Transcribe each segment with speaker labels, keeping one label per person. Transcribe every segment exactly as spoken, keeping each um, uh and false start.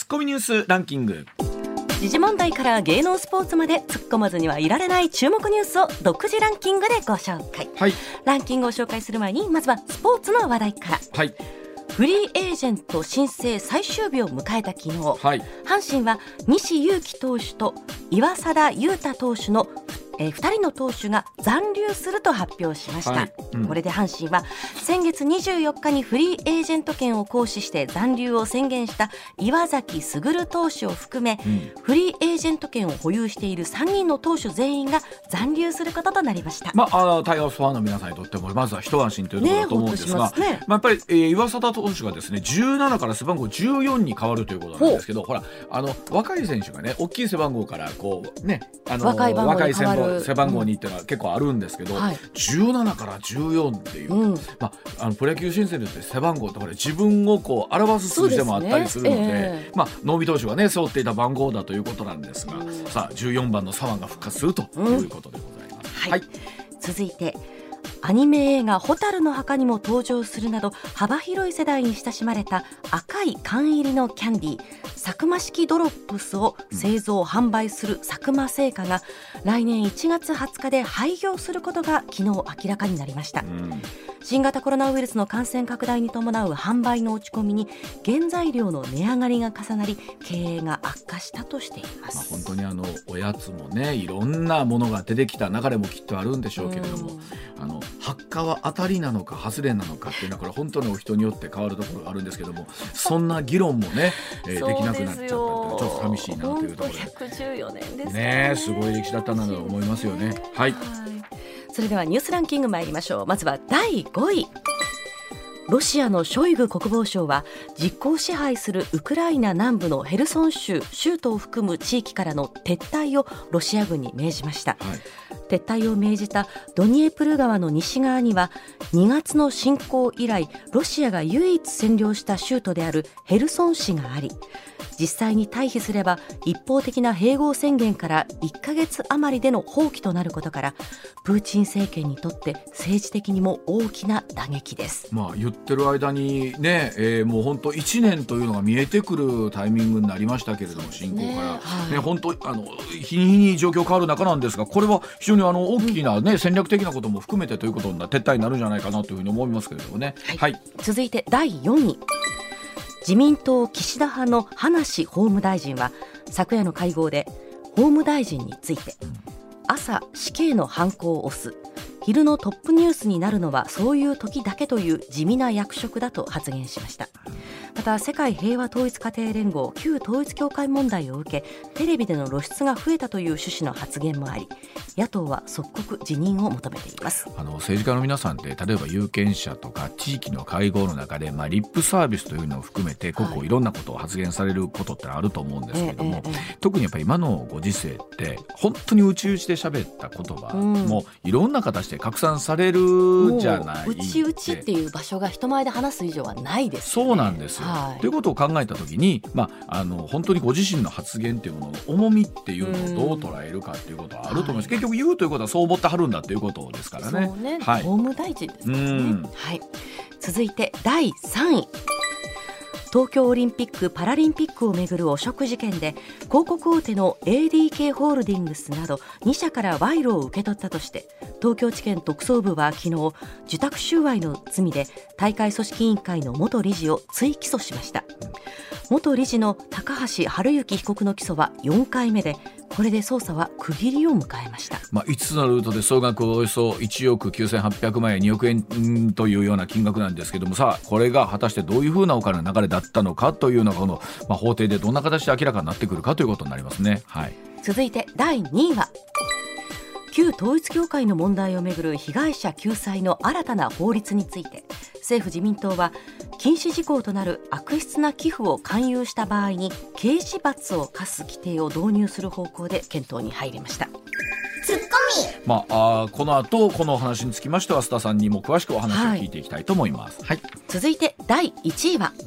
Speaker 1: ツッコミニュースランキング。
Speaker 2: 時事問題から芸能スポーツまで突っ込まずにはいられない注目ニュースを独自ランキングでご紹介、はい、ランキングを紹介する前にまずはスポーツの話題から、はい、フリーエージェント申請最終日を迎えた昨日、はい、阪神は西勇輝投手と岩貞裕太投手のえー、ふたりの投手が残留すると発表しました、はい、うん、これで阪神は先月にじゅうよっかにフリーエージェント権を行使して残留を宣言した岩崎優投手を含め、うん、フリーエージェント権を保有しているさんにんの投手全員が残留することとなりました。
Speaker 1: まあ、あのタイガースファンの皆さんにとってもまずは一安心というところだと思うんですが、ねね、まあ、やっぱり、えー、岩貞投手がですねじゅうななから背番号じゅうよんに変わるということなんですけど、ほらあの若い選手がね大きい背番号からこうねあの
Speaker 2: 若い番号に変わる
Speaker 1: 背番号に行ってのは結構あるんですけど、はい、じゅうななからじゅうよんっていう、うん、まあ、あのプロ野球申請によって背番号ってこれ自分をこう表す数字でもあったりするので、ねえーまあ、能見投手がね背負っていた番号だということなんですが、うん、さあじゅうよんばんの左腕が復活するということでございます、うん、はい、はい、
Speaker 2: 続いてアニメ映画蛍の墓にも登場するなど幅広い世代に親しまれた赤い缶入りのキャンディーサクマ式ドロップスを製造販売するサクマ製菓が来年いちがつはつかで廃業することが昨日明らかになりました、うん、新型コロナウイルスの感染拡大に伴う販売の落ち込みに原材料の値上がりが重なり経営が悪化したとしています、
Speaker 1: まあ、本当にあのおやつもねいろんなものが出てきた中でもきっとあるんでしょうけれども、うん、あの発火は当たりなのか外れなのかっていうのはこれ本当にお人によって変わるところがあるんですけども、そんな議論もね、えー、できなくなっちゃったってちょっと寂しいなというところで、
Speaker 2: ひゃくじゅうよねんです
Speaker 1: ね、すごい歴史だったなと思いますよね。はい、はい、
Speaker 2: それではニュースランキング参りましょう。まずはだいごい、ロシアのショイグ国防相は実効支配するウクライナ南部のヘルソン州州都を含む地域からの撤退をロシア軍に命じました、はい、撤退を命じたドニエプル川の西側にはにがつの侵攻以来ロシアが唯一占領した州都であるヘルソン市があり、実際に退避すれば一方的な併合宣言からいっかげつ余りでの放棄となることからプーチン政権にとって政治的にも大きな打撃です。
Speaker 1: まあ、言ってる間にね、えー、もう本当いちねんというのが見えてくるタイミングになりましたけれども、侵攻から、ね、はい、ね、本当あの日に日に状況変わる中なんですが、これは非常にあの大きな、ね、うん、戦略的なことも含めてということにな撤退になるんじゃないかなというふうに思いますけれどもね、
Speaker 2: はいはい、続いてだいよんい、自民党岸田派の葉梨法務大臣は昨夜の会合で法務大臣について、朝死刑のハンコを押す、昼のトップニュースになるのはそういう時だけという地味な役職だと発言しました。また世界平和統一家庭連合旧統一教会問題を受けテレビでの露出が増えたという趣旨の発言もあり、野党は即刻辞任を求めています。
Speaker 1: あの政治家の皆さんって例えば有権者とか地域の会合の中で、まあ、リップサービスというのを含めてここいろんなことを発言されることってあると思うんですけれども、ええええ、特にやっぱり今のご時世って本当に内々で喋った言葉もいろんな形で拡散されるじゃない、
Speaker 2: 内々っていう場所が人前で話す以上はないです、ね、
Speaker 1: そうなんですよ、はい、ということを考えたときに、まあ、あの本当にご自身の発言っていうものの重みっていうのをどう捉えるかっていうことはあると思います、はい、結局言うということはそう思ってはるんだということですからね。
Speaker 2: そうね、
Speaker 1: はい、
Speaker 2: 法務大臣ですからね、はい、続いてだいさんい、東京オリンピック・パラリンピックをめぐる汚職事件で広告大手の エーディーケー ホールディングスなどにしゃから賄賂を受け取ったとして東京地検特捜部は昨日受託収賄の罪で大会組織委員会の元理事を追起訴しました。元理事の高橋治之被告の起訴はよんかいめで、これで捜査は区切りを迎えました。
Speaker 1: まあ、いつつのルートで総額およそいちおくきゅうせんはっぴゃくまんえんにおくえんというような金額なんですけども、さあこれが果たしてどういうふうなお金の流れだったのかというのがこの、まあ、法廷でどんな形で明らかになってくるかということになりますね、はい、
Speaker 2: 続いてだいにいは旧統一教会の問題をめぐる被害者救済の新たな法律について政府自民党は禁止事項となる悪質な寄付を勧誘した場合に刑事罰を課す規定を導入する方向で検討に入りました。
Speaker 3: ツッコミ、
Speaker 1: まあ、あこの後このお話につきましては須田さんにも詳しくお話を聞いていきたいと思います、はいはい、
Speaker 2: 続いてだいいちいは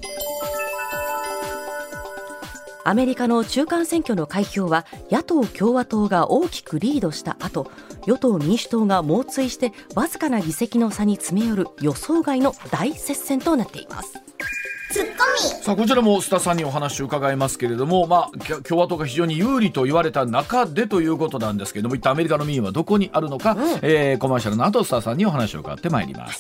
Speaker 2: アメリカの中間選挙の開票は野党共和党が大きくリードした後、与党民主党が猛追してわずかな議席の差に詰め寄る予想外の大接戦となっています。
Speaker 3: ツッコ
Speaker 1: さあこちらも須田さんにお話を伺いますけれども、まあ、共和党が非常に有利と言われた中でということなんですけれども、一体アメリカの民意はどこにあるのか、うんえー、コマーシャルの後須田さんにお話を伺ってまいります。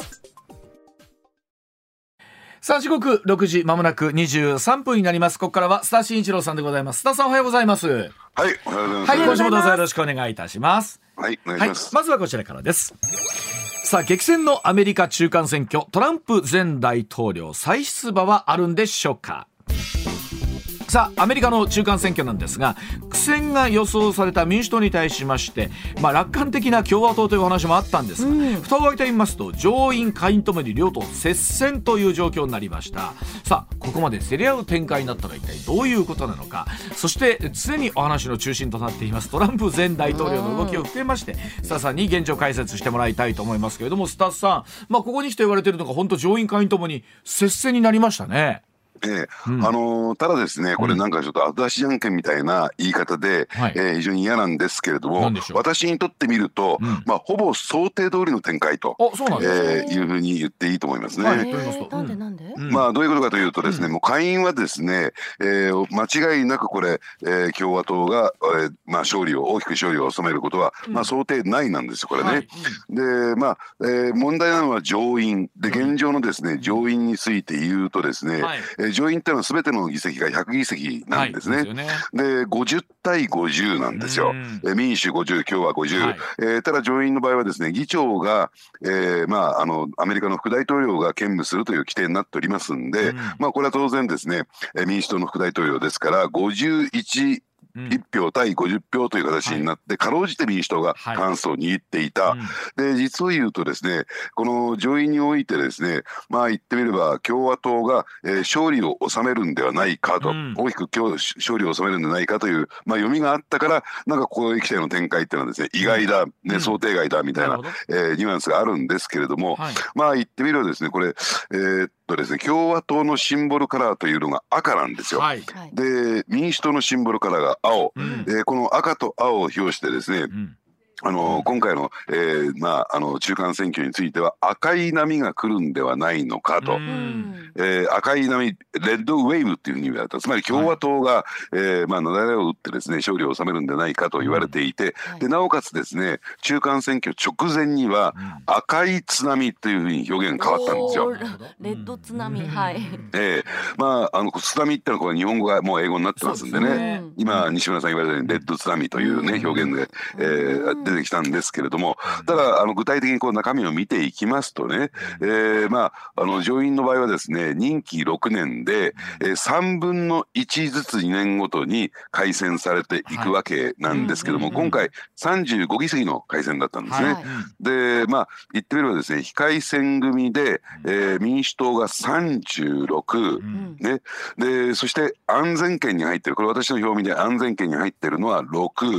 Speaker 1: さあ時刻ろくじまもなくにじゅうさんぷんになります。ここからは須田慎一郎さんでございます。須田さんおはようございます。
Speaker 4: はい、おはようございます。
Speaker 1: はい、今週もどうぞよろしくお願いいたします。
Speaker 4: はい、お願いします。
Speaker 1: はい、まずはこちらからです。さあ激戦のアメリカ中間選挙、トランプ前大統領再出馬はあるんでしょうか。さあアメリカの中間選挙なんですが、苦戦が予想された民主党に対しまして、まあ、楽観的な共和党というお話もあったんですが、うん、蓋を開けてみますと上院下院ともに両党接戦という状況になりました。さあここまで競り合う展開になったら一体どういうことなのか、そして常にお話の中心となっていますトランプ前大統領の動きを含めまして、須田さんに現状解説してもらいたいと思いますけれども、須田さん、まあ、ここに来て言われているのが本当上院下院ともに接戦になりましたね。
Speaker 4: ええうん、あのー、ただですね、これなんかちょっと後出しじゃんけんみたいな言い方で、うんえー、非常に嫌なんですけれども、私にとってみると、うんまあ、ほぼ想定通りの展開と、えー、いうふうに言っていいと思いますね。はい、
Speaker 2: なんでなんで、
Speaker 4: まあ、どういうことかというとですね、うん、もう下院はですね、えー、間違いなくこれ、えー、共和党が、えーまあ、勝利を大きく勝利を収めることは、うんまあ、想定内なんですよこれね。はい、でまあ、えー、問題なのは上院で、現状のですね上院について言うとですね、はいえー上院っていうのは全ての議席がひゃくぎせきなんですね。はい、ですよね。でごじゅうたいごじゅうなんですよ。え民主ごじゅう、共和ごじゅう、はいえー、ただ上院の場合はですね議長が、えーまあ、あのアメリカの副大統領が兼務するという規定になっておりますんで、うんまあ、これは当然ですね民主党の副大統領ですからごじゅういちいっぴょう対ごじゅっぴょうという形になって、はい、かろうじて民主党が過半数を握っていた、はいうん、で実を言うとですねこの上院においてですねまあ言ってみれば共和党が、えー、勝利を収めるんではないかと、うん、大きく今日勝利を収めるんではないかという、まあ、読みがあったからなんかこういう規定の展開っていうのはですね意外だ、ねうん、想定外だみたいな、えー、ニュアンスがあるんですけれども、はい、まあ言ってみればですねこれ、えーとですね、共和党のシンボルカラーというのが赤なんですよ。はい、で民主党のシンボルカラーが青、うん、でこの赤と青を表してですね、うんあの今回の、えーまあ、あの中間選挙については赤い波が来るんではないのかと、えー、赤い波レッドウェーブっていうふうに言われた。つまり共和党が、はいえーまあ、なだれを打ってですね勝利を収めるんではないかと言われていて、うんはい、でなおかつですね中間選挙直前には赤い津波というふうに表現変わったんですよ。
Speaker 2: レッド津波はい、
Speaker 4: えーまあ、あの津波ってのはこれ日本語がもう英語になってますんでね、ね今西村さん言われたようにレッド津波というね表現で、えー出てきたんですけれども、ただあの具体的にこう中身を見ていきますとね、えー、まああの上院の場合はですね任期ろくねんで、えー、さんぶんのいちずつにねんごとに改選されていくわけなんですけども、はい、今回さんじゅうごぎせきの改選だったんですね。はい、でまあ言ってみればですね非改選組で、えー、民主党がさんじゅうろく、うん、ね、でそして安全圏に入ってるこれ私の表見で安全圏に入ってるのはろく、うん、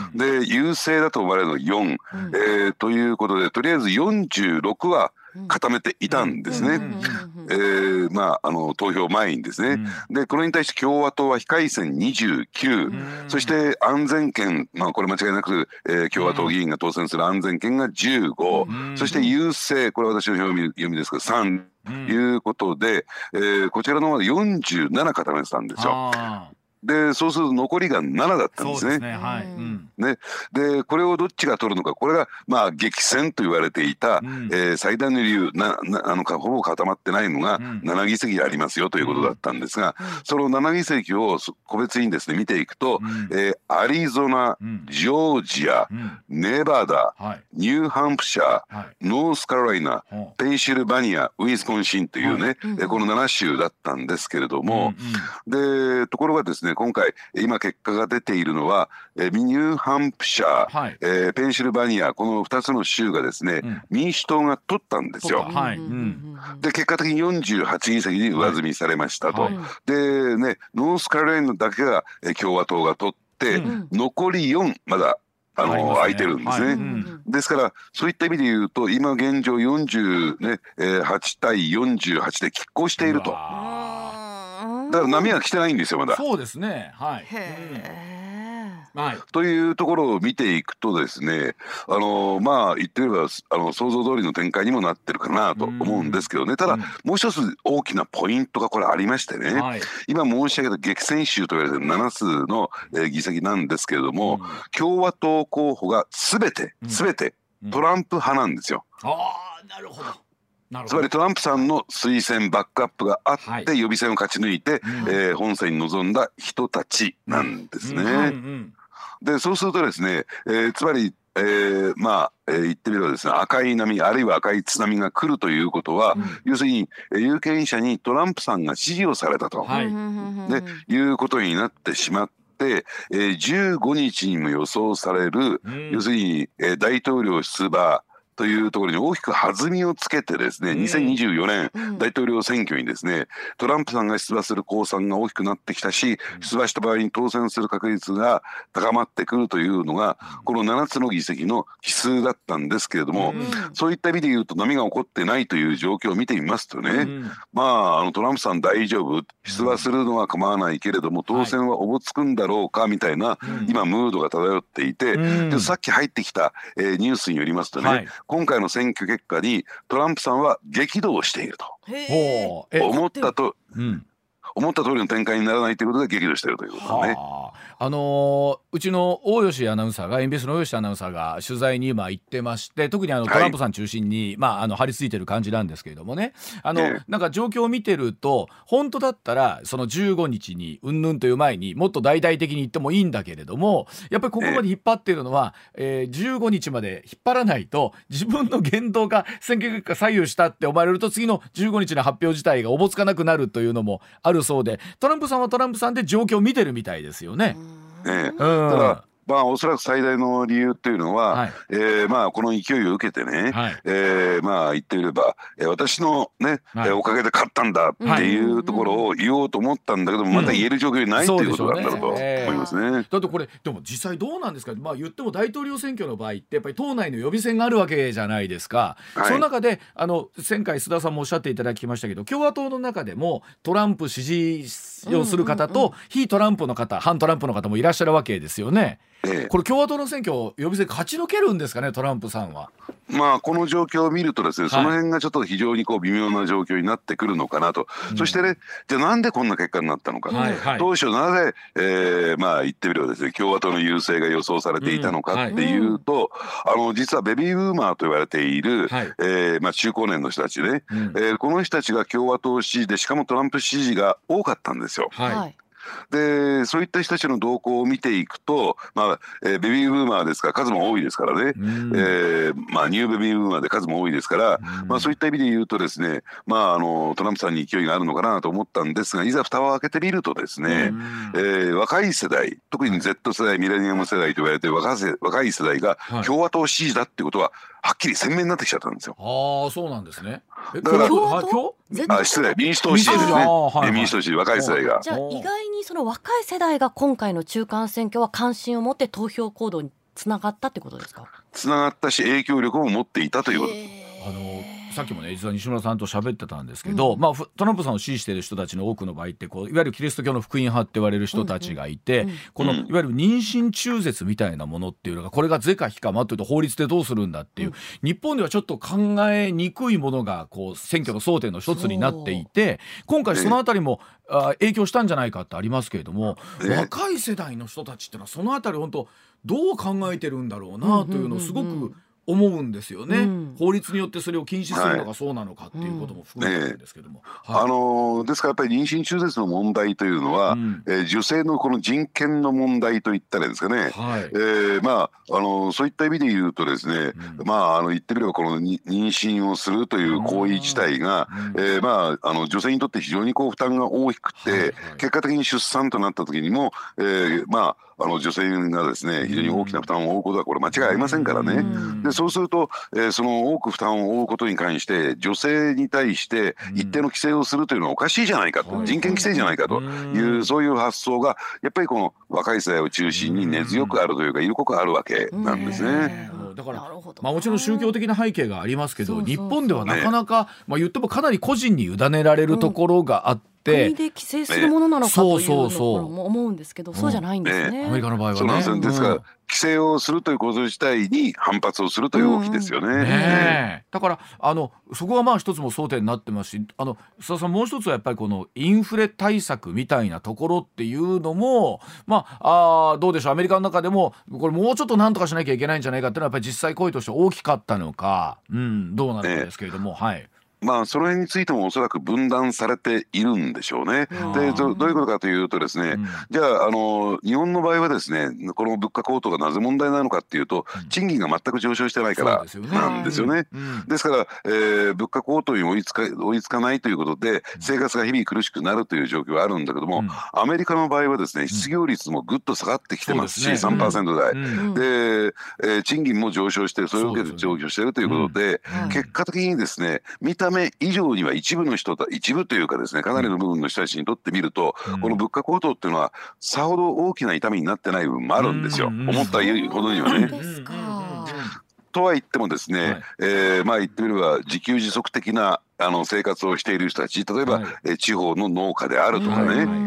Speaker 4: で優勢だと思われるのよん、うんえー、ということでとりあえずよんじゅうろくは固めていたんですね。えー、まああの投票前にですね、うん、でこれに対して共和党は非改選にじゅうきゅう、うん、そして安全圏、まあ、これ間違いなく、えー、共和党議員が当選する安全圏がじゅうご、うん、そして優勢これは私の読み読みですけどさんということで、うんえー、こちらの方でよんじゅうなな固めてたんですよ。でそうすると残りがななだったんですね。そうですね、はいうんね、でこれをどっちが取るのかこれがまあ激戦と言われていた、うんえー、最大の理由ななあのかほぼ固まってないのがななぎせきありますよということだったんですが、うん、そのななぎせきを個別にですね見ていくと、うんえー、アリゾナ、うん、ジョージア、うん、ネバダ、はい、ニューハンプシャー、はい、ノースカロライナ、はい、ペンシルバニアウィスコンシンというね、はいうん、このななしゅうだったんですけれども、うんうん、でところがですね今回今結果が出ているのはえニューハンプシャー、はいえー、ペンシルバニアこのふたつの州がですね、うん、民主党が取ったんですよ。はいうん、で結果的によんじゅうはちぎせきに上積みされましたと、はいはい、でねノースカロライナだけが共和党が取って、うん、残りよんまだあの、ね、空いてるんですね、はいうん、ですからそういった意味で言うと今現状よんじゅうはちたいよんじゅうはちで拮抗していると。だから波が来てないんですよまだ。
Speaker 1: そうですねはい。
Speaker 4: へはい、というところを見ていくとですね、あのまあ言ってみればあの想像通りの展開にもなってるかなと思うんですけどね。ただ、うん、もう一つ大きなポイントがこれありましてね、はい、今申し上げた激戦州と言われているななつの、えー、議席なんですけれども、うん、共和党候補が全て全てトランプ派なんですよ。
Speaker 1: うんうん、あー、なるほど。
Speaker 4: つまりトランプさんの推薦バックアップがあって、はい、予備選を勝ち抜いて、うん、えー、本選に臨んだ人たちなんですね。うんうんうん、でそうするとですね、えー、つまり、えー、まあ、えー、言ってみればですね、赤い波あるいは赤い津波が来るということは、うん、要するに有権者にトランプさんが支持をされたと、はい、でいうことになってしまって、えー、じゅうごにちにも予想される、うん、要するに、えー、大統領出馬というところに大きく弾みをつけてですね、にせんにじゅうよねん大統領選挙にですね、トランプさんが出馬する公算が大きくなってきたし、出馬した場合に当選する確率が高まってくるというのがこのななつの議席の奇数だったんですけれども、そういった意味で言うと波が起こってないという状況を見てみますとね、まああのトランプさん大丈夫、出馬するのは構わないけれども当選はおぼつくんだろうかみたいな今ムードが漂っていて、でさっき入ってきた、えー、ニュースによりますとね、はい、今回の選挙結果にトランプさんは激怒していると思ったと、うん、思った通りの展開にならないということで激怒しているということだね。
Speaker 1: はあ、あのー、うちの大吉アナウンサーがエムビーエスの大吉アナウンサーが取材に今行ってまして、特にあのトランプさん中心に、はい、まあ、あの張り付いてる感じなんですけれどもね、あの、えー、なんか状況を見てると本当だったらそのじゅうごにちにうんぬんという前にもっと大々的に言ってもいいんだけれども、やっぱりここまで引っ張っているのは、えーえー、じゅうごにちまで引っ張らないと自分の言動が選挙結果左右したって思われると次のじゅうごにちの発表自体がおぼつかなくなるというのもあるそうで、トランプさんはトランプさんで状況を見てるみたいですよね。
Speaker 4: ね、ただまあおそらく最大の理由っていうのは、はい、えー、まあこの勢いを受けてね、はい、えー、まあ言ってみれば、えー、私のね、はい、おかげで勝ったんだっていうところを言おうと思ったんだけども、また言える状況にないということだったと思いますね。
Speaker 1: だってこれでも実際どうなんですか、まあ、言っても大統領選挙の場合ってやっぱり党内の予備選があるわけじゃないですか、はい、その中であの前回須田さんもおっしゃっていただきましたけど、共和党の中でもトランプ支持をする方と非トランプの方、反トランプの方もいらっしゃるわけですよね。ええ、これ共和党の選挙予備選勝ち抜けるんですかね、トランプさんは。
Speaker 4: まあこの状況を見るとですね、その辺がちょっと非常にこう微妙な状況になってくるのかなと、うん、そしてね、じゃあなんでこんな結果になったのか、はいはい、当初なぜ、えー、まあ言ってみればですね、共和党の優勢が予想されていたのかっていうと、うん、はい、あの実はベビーブーマーと言われている、はい、えー、まあ中高年の人たちね、うん、えー、この人たちが共和党支持でしかもトランプ支持が多かったんですよ。はい、でそういった人たちの動向を見ていくと、まあえー、ベビーブーマーですから数も多いですからね、うん、えーまあ、ニューベビーブーマーで数も多いですから、うん、まあ、そういった意味で言うとですね、まあ、あのトランプさんに勢いがあるのかなと思ったんですが、いざ蓋を開けてみるとですね、うん、えー、若い世代、特に Z 世代ミレニアム世代と言われている若せ若い世代が共和党支持だっていうことは、はっきり鮮明になってきちゃったんですよ。
Speaker 1: ああ、そうなんですね。
Speaker 4: だからあ失礼民主党支持ですね、はいはい、民主党支持、若い世代が。
Speaker 2: じゃあ意外にその若い世代が今回の中間選挙は関心を持って投票行動につながったってことですか。
Speaker 4: つながったし影響力も持っていたということ。
Speaker 1: あのさっきもね実は西村さんと喋ってたんですけど、うん、まあ、トランプさんを支持している人たちの多くの場合ってこういわゆるキリスト教の福音派って言われる人たちがいて、うんうん、このいわゆる妊娠中絶みたいなものっていうのがこれが是か非か、まというと法律でどうするんだっていう、うん、日本ではちょっと考えにくいものがこう選挙の争点の一つになっていて、今回そのあたりもあ影響したんじゃないかってありますけれども、若い世代の人たちってのはそのあたり本当どう考えてるんだろうなというのをすごく思うんですよね、うん、法律によってそれを禁止するのがそうなのかっていうことも含めてるんですけども、
Speaker 4: はい、あのー、ですからやっぱり妊娠中絶の問題というのは、うん、えー、女性のこの人権の問題といったらですかね、はい、えー、まあ、あのー、そういった意味で言うとですね、うん、まあ、あの言ってみればこの妊娠をするという行為自体が、うん、えー、まあ、あの女性にとって非常にこう負担が大きくて、はいはい、結果的に出産となった時にも、えー、まああの女性がですね非常に大きな負担を負うことはこれ間違いありませんからね。でそうすると、えー、その多く負担を負うことに関して女性に対して一定の規制をするというのはおかしいじゃないかと、人権規制じゃないかというそういう発想がやっぱりこの若い世代を中心に根強くあるというか色濃くあるわけなんですね。
Speaker 1: だから、まあ、もちろん宗教的な背景がありますけど、日本ではなかなか、まあ、言ってもかなり個人に委ねられるところがあって、
Speaker 2: 国で規制するものなのかというところも思うんですけど、そうじゃないんですね。
Speaker 1: アメリカの場合はね。
Speaker 4: そうなんですよ。ですから、うん、規制をするということ自体に反発をするという動きですよね。うんうん
Speaker 1: ね、だからあのそこはまあ一つも争点になってますし、あの須田さん、もう一つはやっぱりこのインフレ対策みたいなところっていうのも、まあ、あどうでしょう、アメリカの中でもこれもうちょっとなんとかしなきゃいけないんじゃないかっていうのはやっぱり実際行為として大きかったのか、うん、どうなのかですけれども、ね、はい。
Speaker 4: まあその辺についてもおそらく分断されているんでしょうね。で ど, どういうことかというとですね、うん、じゃあ、あの日本の場合はですね、この物価高騰がなぜ問題なのかっていうと、うん、賃金が全く上昇してないからなんですよね。ですから、えー、物価高騰に追いつか、追いつかないということで生活が日々苦しくなるという状況があるんだけども、うん、アメリカの場合はですね、失業率もぐっと下がってきてますし、うん、さんパーセント 台、うん、で、えー、賃金も上昇して、それを受けて上昇しているということで、うん、結果的にですね、見た目以上には一部の人だ一部というかですね、かなりの部分の人たちにとってみると、うん、この物価高騰っていうのはさほど大きな痛みになってない部分もあるんですよ、うん、思ったほどにはね。とは言ってもですね、はい、えー、まあ言ってみれば自給自足的なあの生活をしている人たち、例えば、はい、え地方の農家であるとかね、はい、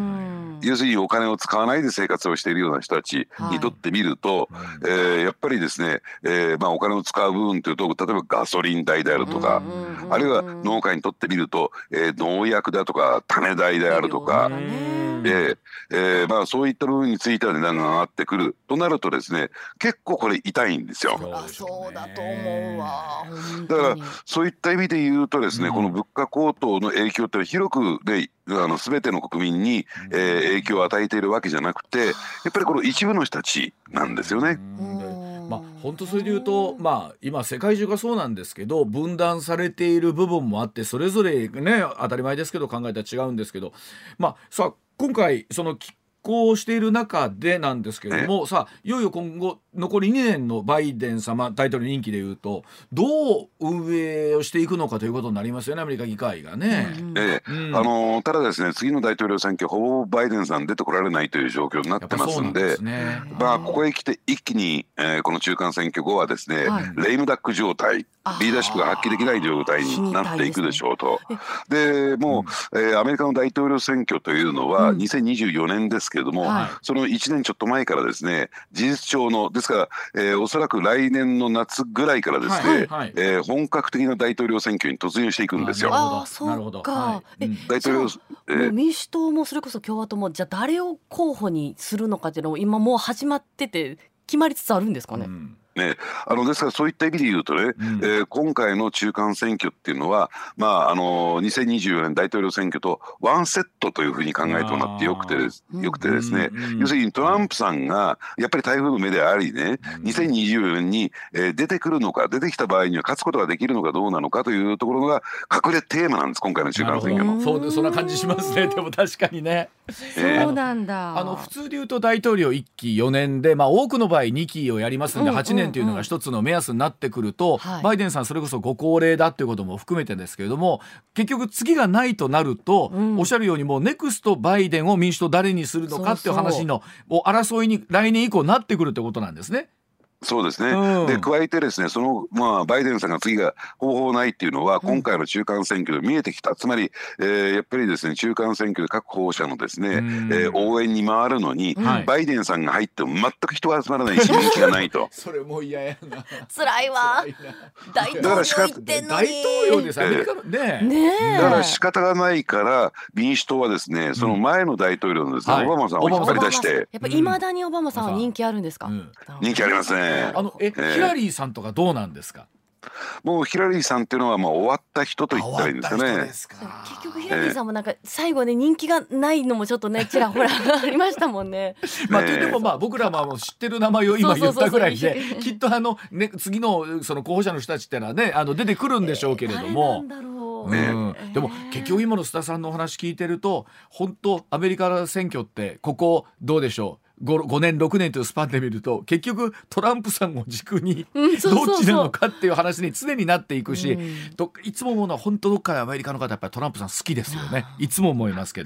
Speaker 4: 要するにお金を使わないで生活をしているような人たちにとってみると、はい、えー、やっぱりですね、えーまあ、お金を使う部分というと、例えばガソリン代であるとか、あるいは農家にとってみると、えー、農薬だとか種代であるとか、で、えーまあ、そういった部分については値段が上がってくるとなるとですね、結構これ痛いんですよ。
Speaker 2: そうだと思うわ。
Speaker 4: だからそういった意味で言うとですね、うん、この物価高騰の影響って広くで、あの全ての国民に、えー、影響を与えているわけじゃなくて、やっぱりこの一部の人たちなんですよね。
Speaker 1: まあ、本当それで言うと、まあ、今世界中がそうなんですけど、分断されている部分もあって、それぞれね、当たり前ですけど考えたら違うんですけど、まあさあ今回その拮抗している中でなんですけれども、さあいよいよ今後残りにねんのバイデン様大統領任期でいうと、どう運営をしていくのかということになりますよね、アメリカ議会がね。
Speaker 4: うんええうん、あのただですね、次の大統領選挙ほぼバイデンさん出てこられないという状況になってますんで、ね、まあここへ来て一気に、えー、この中間選挙後はですね、はい、レイムダック状態、リーダーシップが発揮できない状態になっていくでしょうと。でもう、えー、アメリカの大統領選挙というのはにせんにじゅうよねんですけれども、うんはい、そのいちねんちょっと前からですね、事実上のですから、えー、おそらく来年の夏ぐらいからですね、はいはいえー、本格的な大統領選挙に突入していくんですよ。
Speaker 2: ああ、そうか。はい、え大統領、えー、民主党もそれこそ共和党も、じゃあ誰を候補にするのかっていうのも今もう始まってて決まりつつあるんですかね。うん
Speaker 4: ね、あのですからそういった意味で言うとね、うんえー、今回の中間選挙っていうのは、まあ、あのにせんにじゅうよねん大統領選挙とワンセットというふうに考えてもらってよくてです、よくてですね、うん、要するにトランプさんがやっぱり台風の目でありね、うん、にせんにじゅうよねんに、えー、出てくるのか、出てきた場合には勝つことができるのかどうなのかというところが隠れテーマなんです、今回の中間選挙の。
Speaker 1: そうそんな感じしますね。でも確かにね、
Speaker 2: そうなんだ。
Speaker 1: あの普通で言うと大統領いっきよねんで、まあ、多くの場合にきをやりますんで、はちねんというのが一つの目安になってくると、はい、バイデンさんそれこそご高齢だということも含めてですけれども、結局次がないとなると、うん、おっしゃるようにもうネクストバイデンを民主党誰にするのかっていう話の争いに来年以降なってくるってことなんですね。
Speaker 4: そうですね、うん、で加えてですね、その、まあ、バイデンさんが次が方法ないっていうのは今回の中間選挙で見えてきた、うん、つまり、えー、やっぱりですね、中間選挙で各候補者のですね、うん、えー、応援に回るのに、うん、バイデンさんが入っても全く人が集まらないし人気がないと
Speaker 1: それも嫌やな、
Speaker 2: 辛いわ大統領行ってんのに、
Speaker 1: 大統領です、アメリカのね、
Speaker 2: ねえ、
Speaker 4: だから仕方がないから民主党はですね、その前の大統領のですね、うん、オバマさんを引っ張り出して、
Speaker 2: やっぱり未だにオバマさんは人気あるんですか。うん、
Speaker 4: 人気ありますね。
Speaker 1: あのえ、えー、ヒラリーさんとかどうなんですか。
Speaker 4: もうヒラリーさんっていうのはもう終わった人と言ったらいいんですかね。
Speaker 2: 結局ヒラリーさんもなんか最後ね、人気がないのもちょっとねちらほらありましたもんね。
Speaker 1: まあでもまあ僕らも知ってる名前を今言ったぐらいで、きっとあのね次のその候補者の人たちってのはね、あの出てくるんでしょうけれども。
Speaker 2: えー、誰なんだろう、
Speaker 1: ね、うん、でも結局今の須田さんのお話聞いてると、本当アメリカ選挙ってここどうでしょう、ご, ごねんろくねんというスパンで見ると結局トランプさんを軸にどっちなのかっていう話に常になっていくし、うん、いつも思うのは本当どっかでアメリカの方やっぱりトランプさん好きですよね、いつも思いますけど。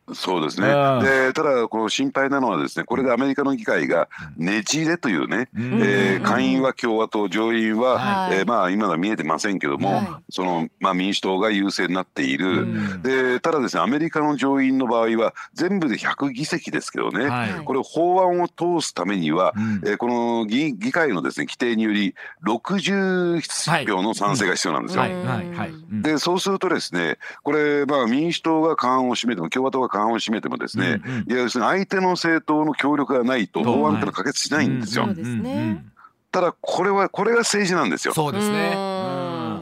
Speaker 4: そうですね。でただこの心配なのはですね、これでアメリカの議会がねじれというね、うん、えー、下院は共和党、上院は、はい、えー、まあ今は見えてませんけども、はい、そのまあ民主党が優勢になっている、うん、でただですね、アメリカの上院の場合は全部でひゃくぎせきですけどね、はい、これ法案を通すためには、うん、えー、この 議, 議会のですね規定によりろくじゅうひょうの賛成が必要なんですよ。でそうするとですね、これまあ民主党が過半を占めても共和党が過半を占めてもですね、うんうん、いや要するに相手の政党の協力がないと法案ってのは可決しないんですよ。ただこれはこれが政治なんですよ。
Speaker 1: そうですね。うん、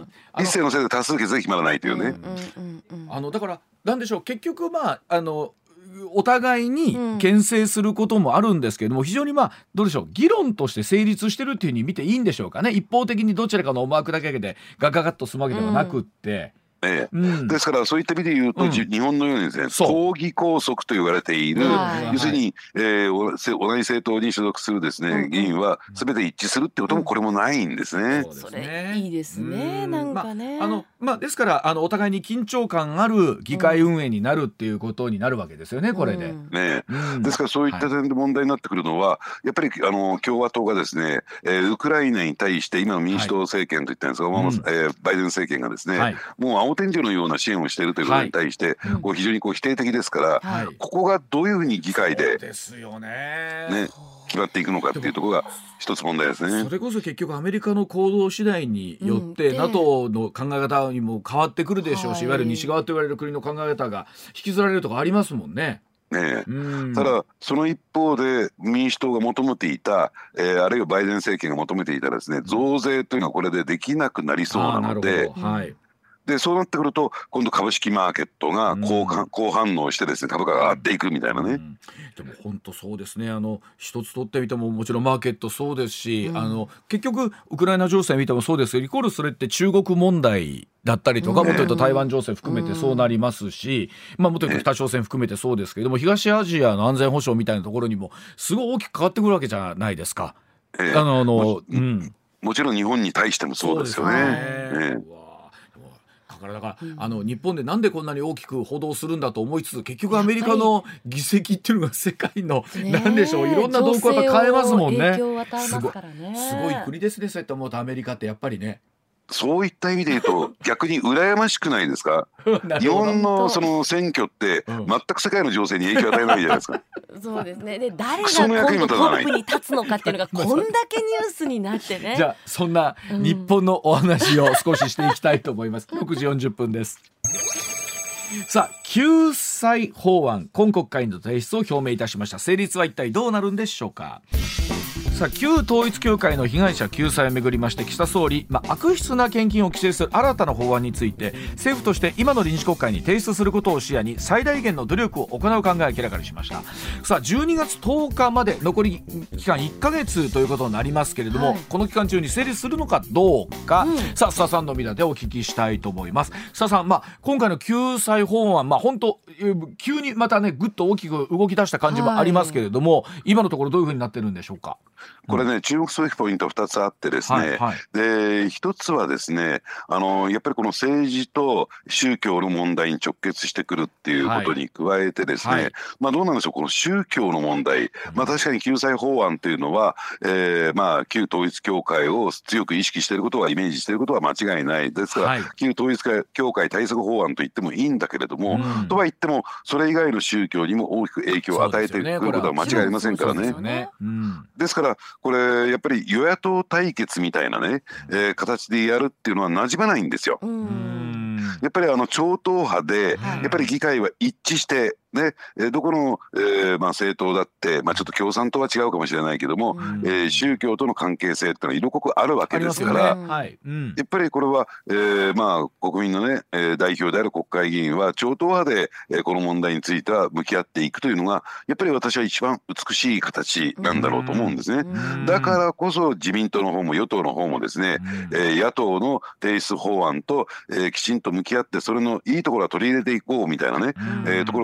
Speaker 4: 一世のせいで多数決で決まらないというね。
Speaker 1: あのだからなんでしょう、結局まああのお互いに牽制することもあるんですけれども、うん、非常にまあどうでしょう、議論として成立してるっていう風に見ていいんでしょうかね。一方的にどちらかの思惑だけでガガガッと済むわけではなくって、
Speaker 4: うん、ええ、うん、ですからそういった意味で言うと、うん、日本のようにですね、党議拘束と言われている、要するに、えー、同じ政党に所属するですね、うん、議員は全て一致するってこともこれもないんですね。
Speaker 2: うん、それいいですね、うん、なんかね、
Speaker 1: まあのまあ、ですからあのお互いに緊張感ある議会運営になるっていうことになるわけですよね、これで、
Speaker 4: ね、うん、ですからそういった点で問題になってくるのは、はい、やっぱりあの共和党がですね、えー、ウクライナに対して今の民主党政権といったんですが、はい、うん、えー、バイデン政権がですね、はい、もう青天井のような支援をしているということに対して、はい、こう非常にこう否定的ですから、はい、ここがどういうふうに議会で、
Speaker 1: ですよね、
Speaker 4: ね、決まっていくのかっていうところが一つ問題ですね。
Speaker 1: それこそ結局アメリカの行動次第によって、うん、NATO の考え方にも変わってくるでしょうし、はい、いわゆる西側と言われる国の考え方が引きずられるとかありますもんね。
Speaker 4: ね、えただその一方で民主党が求めていた、えー、あるいはバイデン政権が求めていたですね、増税というのはこれでできなくなりそうなので、はい、でそうなってくると今度株式マーケットが好反、うん、好反応してですね、株価が上がっていくみたいなね、うん、
Speaker 1: でも本当そうですね。あの一つ取ってみてももちろんマーケットそうですし、うん、あの結局ウクライナ情勢見てもそうですけど、イコールそれって中国問題だったりとか、うん、もっと言うと台湾情勢含めてそうなりますし、うん、まあ、もっと言うと北朝鮮含めてそうですけれども、東アジアの安全保障みたいなところにもすごい大きく変わってくるわけじゃないですか。えー、あのあの
Speaker 4: も、うん、もちろん日本に対してもそうですよね。えー
Speaker 1: だから、うん、あの日本でなんでこんなに大きく報道するんだと思いつつ、結局アメリカの議席っていうのが世界のなんでしょう、いろんな動向やっぱ変えますもんね。
Speaker 2: 影響を与えますからね。
Speaker 1: すごい、すごい国ですね。そうやって思うとアメリカってやっぱりね、
Speaker 4: そういった意味で言うと逆に羨ましくないですか。日本のその選挙って全く世界の情勢に影響を与えないじゃないですか。
Speaker 2: そうですね。で誰が今度トップに立つのかっていうのがこんだけニュースになってね。
Speaker 1: じゃあそんな日本のお話を少ししていきたいと思います。ろくじよんじゅっぷんです。さあ救済法案、今国会の提出を表明いたしました。成立は一体どうなるんでしょうか。さあ旧統一教会の被害者救済をめぐりまして、岸田総理、まあ、悪質な献金を規制する新たな法案について政府として今の臨時国会に提出することを視野に最大限の努力を行う考えを明らかにしました。さあじゅうにがつとおかまで残り期間いっかげつということになりますけれども、はい、この期間中に成立するのかどうか、うん、さあ須田さんの見立てをお聞きしたいと思います。須田さん、まあ、今回の救済法案、まあ、本当急にまたねぐっと大きく動き出した感じもありますけれども、はい、今のところどういうふうになってるんでしょうか。
Speaker 4: これね、うん、注目すべきポイントはふたつあってですね、はいはい、でひとつはですね、あのやっぱりこの政治と宗教の問題に直結してくるっていうことに加えてですね、はいはい、まあ、どうなんでしょう、この宗教の問題、まあ、確かに救済法案というのは、えーまあ、旧統一教会を強く意識していることはイメージしていることは間違いないですから、はい、旧統一教会対策法案と言ってもいいんだけれども、うん、とは言ってもそれ以外の宗教にも大きく影響を与えているということは間違いありませんからね。ですからこれやっぱり与野党対決みたいなね、えー、形でやるっていうのは馴染まないんですよ。うん、やっぱりあの超党派でやっぱり議会は一致してね、どこの、えーまあ、政党だって、まあ、ちょっと共産党は違うかもしれないけども、うん、えー、宗教との関係性っていうのは色濃くあるわけですから、ね、はい、うん、やっぱりこれは、えーまあ、国民の、ね、えー、代表である国会議員は超党派で、えー、この問題については向き合っていくというのがやっぱり私は一番美しい形なんだろうと思うんですね。うん、だからこそ自民党の方も与党の方もですね、うん、えー、野党の提出法案と、えー、きちんと向き合ってそれのいいところは取り入れていこうみたいなね、うん、えー、ところがあった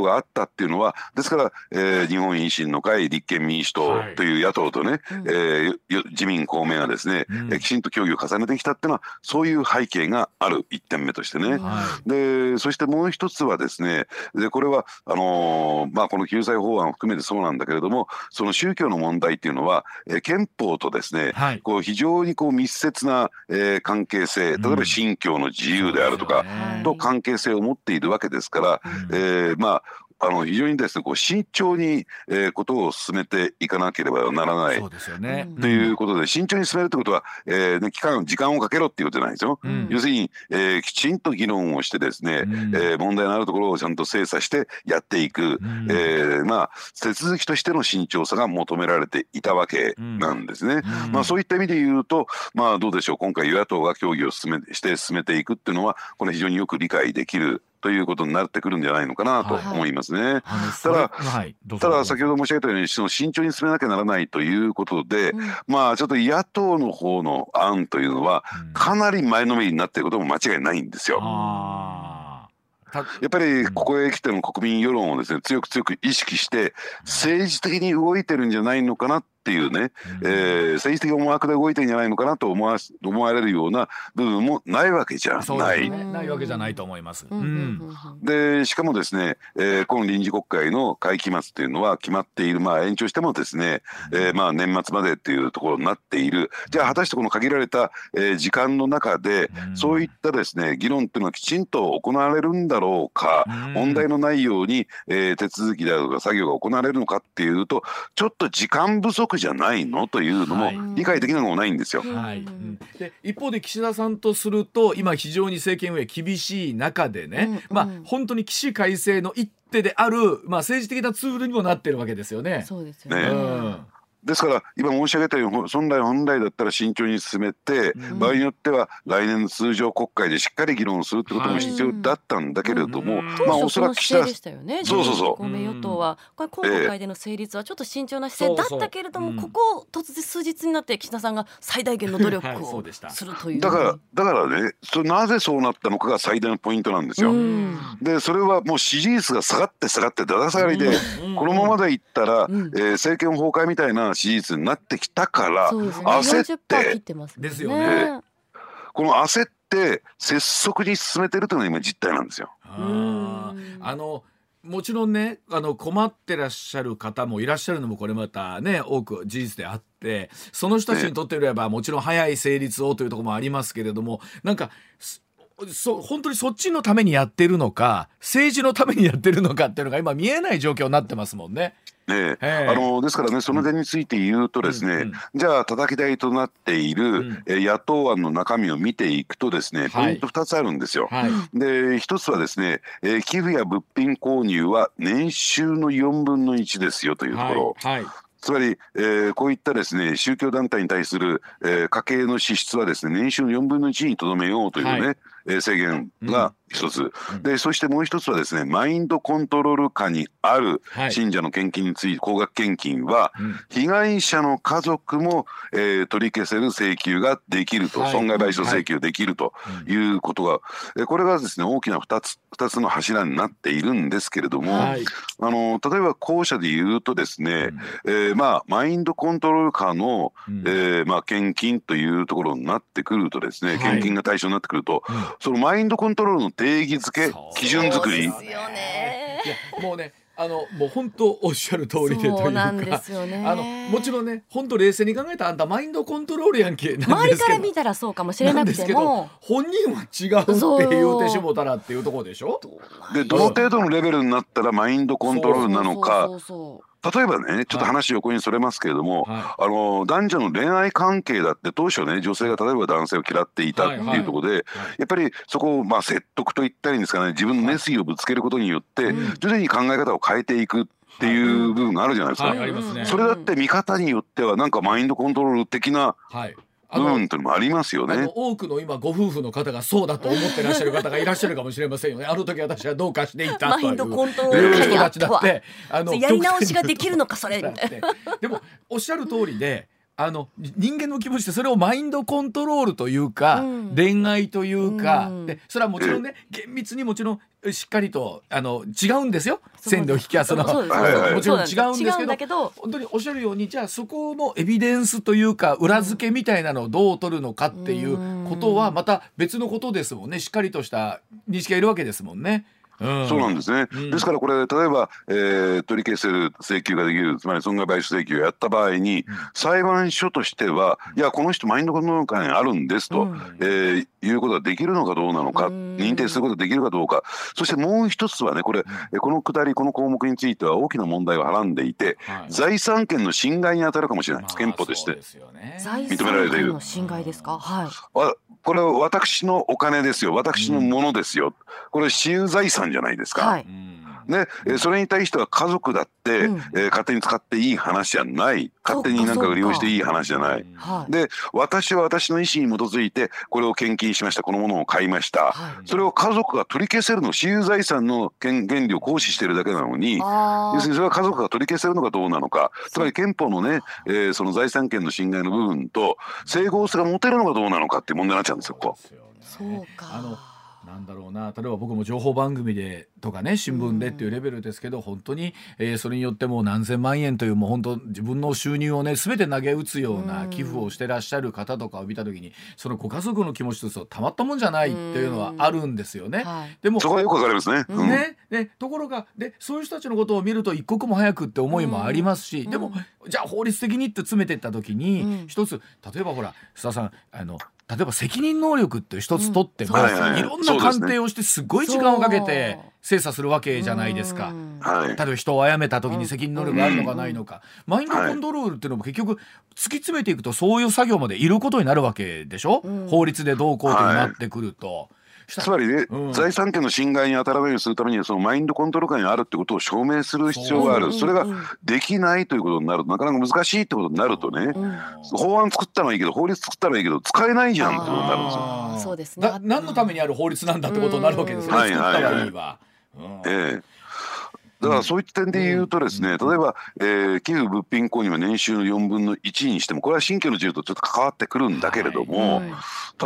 Speaker 4: 方っていうのはですから、えー、日本維新の会、立憲民主党という野党とね、はい、えー、自民公明がですね、うん、きちんと協議を重ねてきたっていうのはそういう背景があるいってんめとしてね、はい、でそしてもう一つはですね、でこれはあのーまあ、この救済法案を含めてそうなんだけれども、その宗教の問題っていうのは、えー、憲法とですね、はい、こう非常にこう密接な、えー、関係性、例えば信教の自由であるとか、うん、と関係性を持っているわけですから、うん、えー、まああの非常にですねこう慎重に、えー、ことを進めていかなければならない。そうですよね。ということで慎重に進めるということは、えーね、期間時間をかけろっていうことじゃないですよ。うん、要するに、えー、きちんと議論をしてですね、うん、えー、問題のあるところをちゃんと精査してやっていく、うん、えー、まあ手続きとしての慎重さが求められていたわけなんですね。うん、まあそういった意味で言うと、まあどうでしょう、今回与野党が協議を進めして進めていくっていうのはこれ非常によく理解できるということになってくるんじゃないのかなと思いますね。はい、ただ、はい、ただ先ほど申し上げたようにその慎重に進めなきゃならないということで、うん、まあちょっと野党の方の案というのはかなり前のめりになっていることも間違いないんですよ。うん、やっぱりここへ来ての国民世論をですね強く強く意識して政治的に動いてるんじゃないのかなっていうね、うん、えー、政治的思惑で動いてるんじゃないのかなと思わ思われるような部分もないわけじゃない。そうですね、
Speaker 1: ないわけじゃないと思います。うん、
Speaker 4: でしかもですね、えー、この臨時国会の会期末っていうのは決まっている、まあ延長してもですね、えー、まあ年末までっていうところになっている。じゃあ果たしてこの限られた、えー、時間の中で、うん、そういったですね議論っていうのはきちんと行われるんだろうか、うん、問題のないように、えー、手続きであるとか作業が行われるのかっていうとちょっと時間不足じゃないのというのも理解できなくもないんですよ。
Speaker 1: はい、うん、で一方で岸田さんとすると今非常に政権運営厳しい中でね、うんうん、まあ本当に起死回生の一手である、まあ、政治的なツールにもなっているわけですよね。
Speaker 2: そうですよね。
Speaker 4: ね、うん、ですから今申し上げたように本来本来だったら慎重に進めて、うん、場合によっては来年の通常国会でしっかり議論するってことも必要だったんだけれども、はい、
Speaker 2: まあおそらく岸田でしたよね。そうそうそう。公明与党はこれ今国会での成立はちょっと慎重な姿勢だったけれども、えー、ここ突然数日になって岸田さんが最大限の努力をするという、
Speaker 4: だからだからね、それなぜそうなったのかが最大のポイントなんですよ。でそれはもう支持率が下がって下がってだだ下がりで、このままでいったら、うん、えー、政権崩壊みたいな支持率になってきたから、
Speaker 2: そうですね、
Speaker 4: 焦って
Speaker 1: ですよね。
Speaker 4: この焦って拙速に進めてるというのが今実態なんですよ。
Speaker 1: ああのもちろんね、あの困ってらっしゃる方もいらっしゃるのもこれまたね多く事実であって、その人たちにとってみればもちろん早い成立をというところもありますけれども、なんかそ本当にそっちのためにやってるのか政治のためにやってるのかっていうのが今見えない状況になってますもんね。
Speaker 4: ね、あのですからね、その点について言うとですね、うんうん、じゃあ叩き台となっている、うん、え野党案の中身を見ていくとですね、ポイントふたつあるんですよ。はい、でひとつはですね、えー、寄付や物品購入は年収のよんぶんのいちですよというところ、はいはい、つまり、えー、こういったですね宗教団体に対する、えー、家計の支出はですね年収のよんぶんのいちにとどめようというね、はい、えー、制限が一つ、うん、でそしてもう一つはですねマインドコントロール下にある信者の献金について、高額献金は被害者の家族も、えー、取り消せる請求ができると、はい、損害賠償請求できるということが、はい、これがですね大きなふたつふたつの柱になっているんですけれども、はい、あの例えば後者で言うとですね、うん、えー、まあマインドコントロール下の、うん、えー、まあ献金というところになってくるとですね、はい、献金が対象になってくると、うん、そのマインドコントロールの定義づけ、基準作り、
Speaker 2: そうですよね。
Speaker 1: いやもうね、あのもう本当おっしゃる通りでというか、そうなんですよね。あのもちろんね、本当冷静に考えたらあんたマインドコントロールやんけなんですけど、周りから
Speaker 2: 見たらそうかもしれなくても
Speaker 1: 本人は違うって言うてしもたらっていうところでしょ。
Speaker 4: でどの程度のレベルになったらマインドコントロールなのか。そうそうそうそう、例えばね、ちょっと話横にそれますけれども、はい、あの男女の恋愛関係だって当初ね、女性が例えば男性を嫌っていたっていうところで、はいはい、やっぱりそこをまあ説得と言ったらいいんですかね、自分の熱意をぶつけることによって、はい、徐々に考え方を変えていくっていう部分があるじゃないですか。はいはい、ありますね。それだって見方によってはなんかマインドコントロール的な、はい、部分というのもありますよね。
Speaker 1: あの多くの今ご夫婦の方がそうだと思ってらっしゃる方がいらっしゃるかもしれませんよね。あの時私はどうかしていたという
Speaker 2: マインドコントロール
Speaker 1: 人たちだって、あの
Speaker 2: やり直しができるのかそれみたいな。
Speaker 1: でもおっしゃる通りで、 あの人間の気持ちってそれをマインドコントロールというか、うん、恋愛というか、うん、でそれはもちろんね厳密にもちろんしっかりとあの違うんですよ線路引きやすのもちろん違うんですけ ど, けど本当におっしゃるようにじゃあそこのエビデンスというか裏付けみたいなのをどう取るのかっていうことはまた別のことですもんね。しっかりとした認識がいるわけですもんね。
Speaker 4: うん、そうなんですね、うん、ですからこれ例えば、えー、取り消せる請求ができるつまり損害賠償請求をやった場合に、うん、裁判所としてはいやこの人マインドコントロール下にあるんですと、うんえー、いうことができるのかどうなのか、うん、認定することができるかどうかそしてもう一つはねこれ、うん、この下りこの項目については大きな問題をはらんでいて、はい、財産権の侵害に当たるかもしれないです、まあ、憲法として認められている。財産権の侵害ですか、はい、これは私のお金ですよ私のものですよ、うん、これ私有財産じゃないですか、はいね、それに対しては家族だって、うんえー、勝手に使っていい話じゃない勝手になんか利用していい話じゃない、で私は私の意思に基づいてこれを献金しましたこのものを買いました、はい、それを家族が取り消せるの私有財産の権原理を行使しているだけなのに要するにそれは家族が取り消せるのかどうなのかつまり憲法のね、えー、その財産権の侵害の部分と整合性が持てるのかどうなのかっていう問題になっちゃうんですよ。ここ
Speaker 2: そうか
Speaker 1: あのなんだろうな例えば僕も情報番組でとかね新聞でっていうレベルですけど、うん、本当に、えー、それによってもう何千万円というもう本当自分の収入をね全て投げ打つような寄付をしてらっしゃる方とかを見た時にそのご家族の気持ちとしてはたまったもんじゃないっていうのはあるんですよね、うんはい、でも
Speaker 4: そこはよくわかりますね、
Speaker 1: うん、ねねところがでそういう人たちのことを見ると一刻も早くって思いもありますし、うん、でもじゃあ法律的にって詰めていった時に、うん、一つ例えばほら須田さんあの例えば責任能力って一つ取っても、うん、いろんな鑑定をしてすごい時間をかけて精査するわけじゃないですか。例えば人を殺めた時に責任能力があるのかないのか、マインドコントロールっていうのも結局突き詰めていくとそういう作業までいることになるわけでしょ、うん、法律でどうこうとなってくると、はい
Speaker 4: つまりね、うん、財産権の侵害に当たらないようにするためにはそのマインドコントロール下にあるってことを証明する必要がある。 そ, それができないということになるとなかなか難しいってことになるとね、うん、法案作ったのはいいけど法律作ったのはいいけど使えないじゃんってことになるんですよ。
Speaker 2: そうですね、
Speaker 1: な何のためにある法律なんだってことになるわけですよね、うん、作ったらいいわ、
Speaker 4: うんええだからそういった点で言うとですね、例えば、えー、寄付物品購入は年収のよんぶんのいちにしてもこれは信教の自由とちょっと関わってくるんだけれども、はいはい、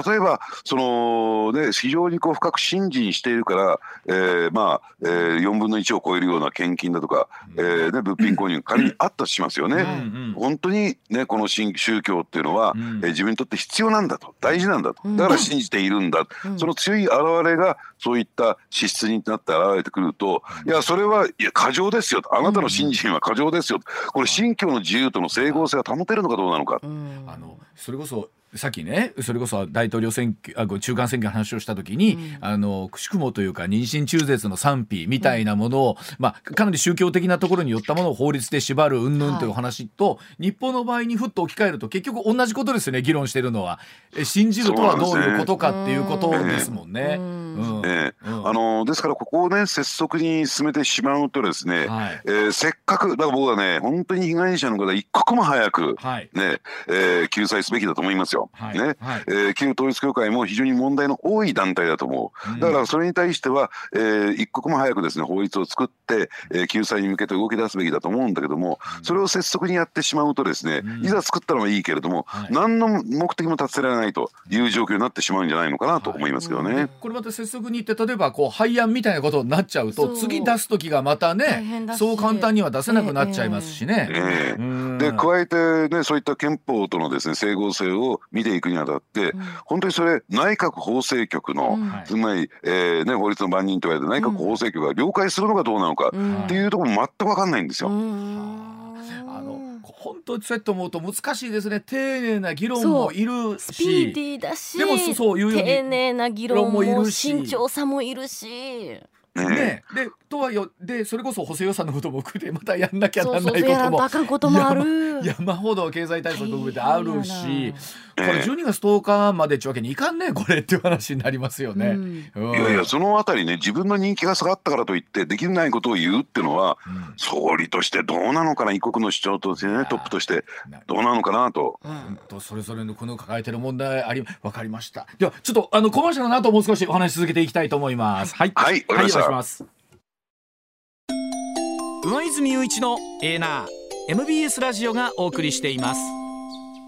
Speaker 4: 例えばその、ね、非常にこう深く信心しているから、えーまあえー、よんぶんのいちを超えるような献金だとか、えーね、物品購入が仮にあったとしますよね、うんうん、本当に、ね、この宗教っていうのは、うんえー、自分にとって必要なんだと大事なんだとだから信じているんだ、うん、その強い表れがそういった資質になって現れてくると、いやそれはいや過剰ですよとあなたの信心は過剰ですよと、これ信教の自由との整合性が保てるのかどうなのか、うん、
Speaker 1: あのそれこそさっきねそれこそ大統領選挙あ中間選挙の話をした時に、うん、あのくしくもというか妊娠中絶の賛否みたいなものを、うんまあ、かなり宗教的なところに寄ったものを法律で縛る云々という話と、はい、日本の場合にふっと置き換えると結局同じことですよね。議論しているのはえ信じるとはどういうことかっていうことですもんね。
Speaker 4: あのですからここをね拙速に進めてしまうとですね、はいえー、せっかくだから僕はね本当に被害者の方一刻も早く、はいねえー、救済すべきだと思いますよ。はいねはいえー、旧統一教会も非常に問題の多い団体だと思う。だからそれに対しては、えー、一刻も早くですね法律を作って、えー、救済に向けて動き出すべきだと思うんだけども、それを拙速にやってしまうとですね、いざ作ったのはいいけれども、はい、何の目的も達せられないという状況になってしまうんじゃないのかなと思いますけどね、はい、
Speaker 1: これまた拙速に言って例えばこう廃案みたいなことになっちゃうと次出す時がまたねそう簡単には出せなくなっちゃいますしね、えーえ
Speaker 4: ー、で加えてねそういった憲法とのですね整合性を見ていくにあたって、うん、本当にそれ内閣法制局の、うん、つまり、えーね、法律の番人と言われて内閣法制局が了解するのかどうなのかっていうところも全く分かんないんですよ、うん
Speaker 1: 本当にそうやって思うと難しいですね。丁寧な議論もいるし
Speaker 2: スピーディーだし
Speaker 1: でもそういうように
Speaker 2: 丁寧な議論もいるし慎重さもいるし
Speaker 1: ね、でとはよでそれこそ補正予算のことも含めてまたやんなきゃならないこともそうそう
Speaker 2: やらんとあかんこともある
Speaker 1: 山, 山ほど経済対策も含めてあるしこれじゅうにがつとおかまでってわけにいかんねこれっていう話になりますよね、うん
Speaker 4: うん、いやいやそのあたりね自分の人気が下がったからといってできないことを言うっていうのは、うん、総理としてどうなのかな一国の主張としてねトップとしてどうなのかなと、うん、
Speaker 1: とそれぞれのこの抱えてる問題あり分かりました。ではちょっとあのコマーシャルの後もう少しお話し続けていきたいと思います。はい、
Speaker 4: はい、
Speaker 1: はい、お願いします。上泉雄一のエーナー エムビーエス ラジオがお送りしています。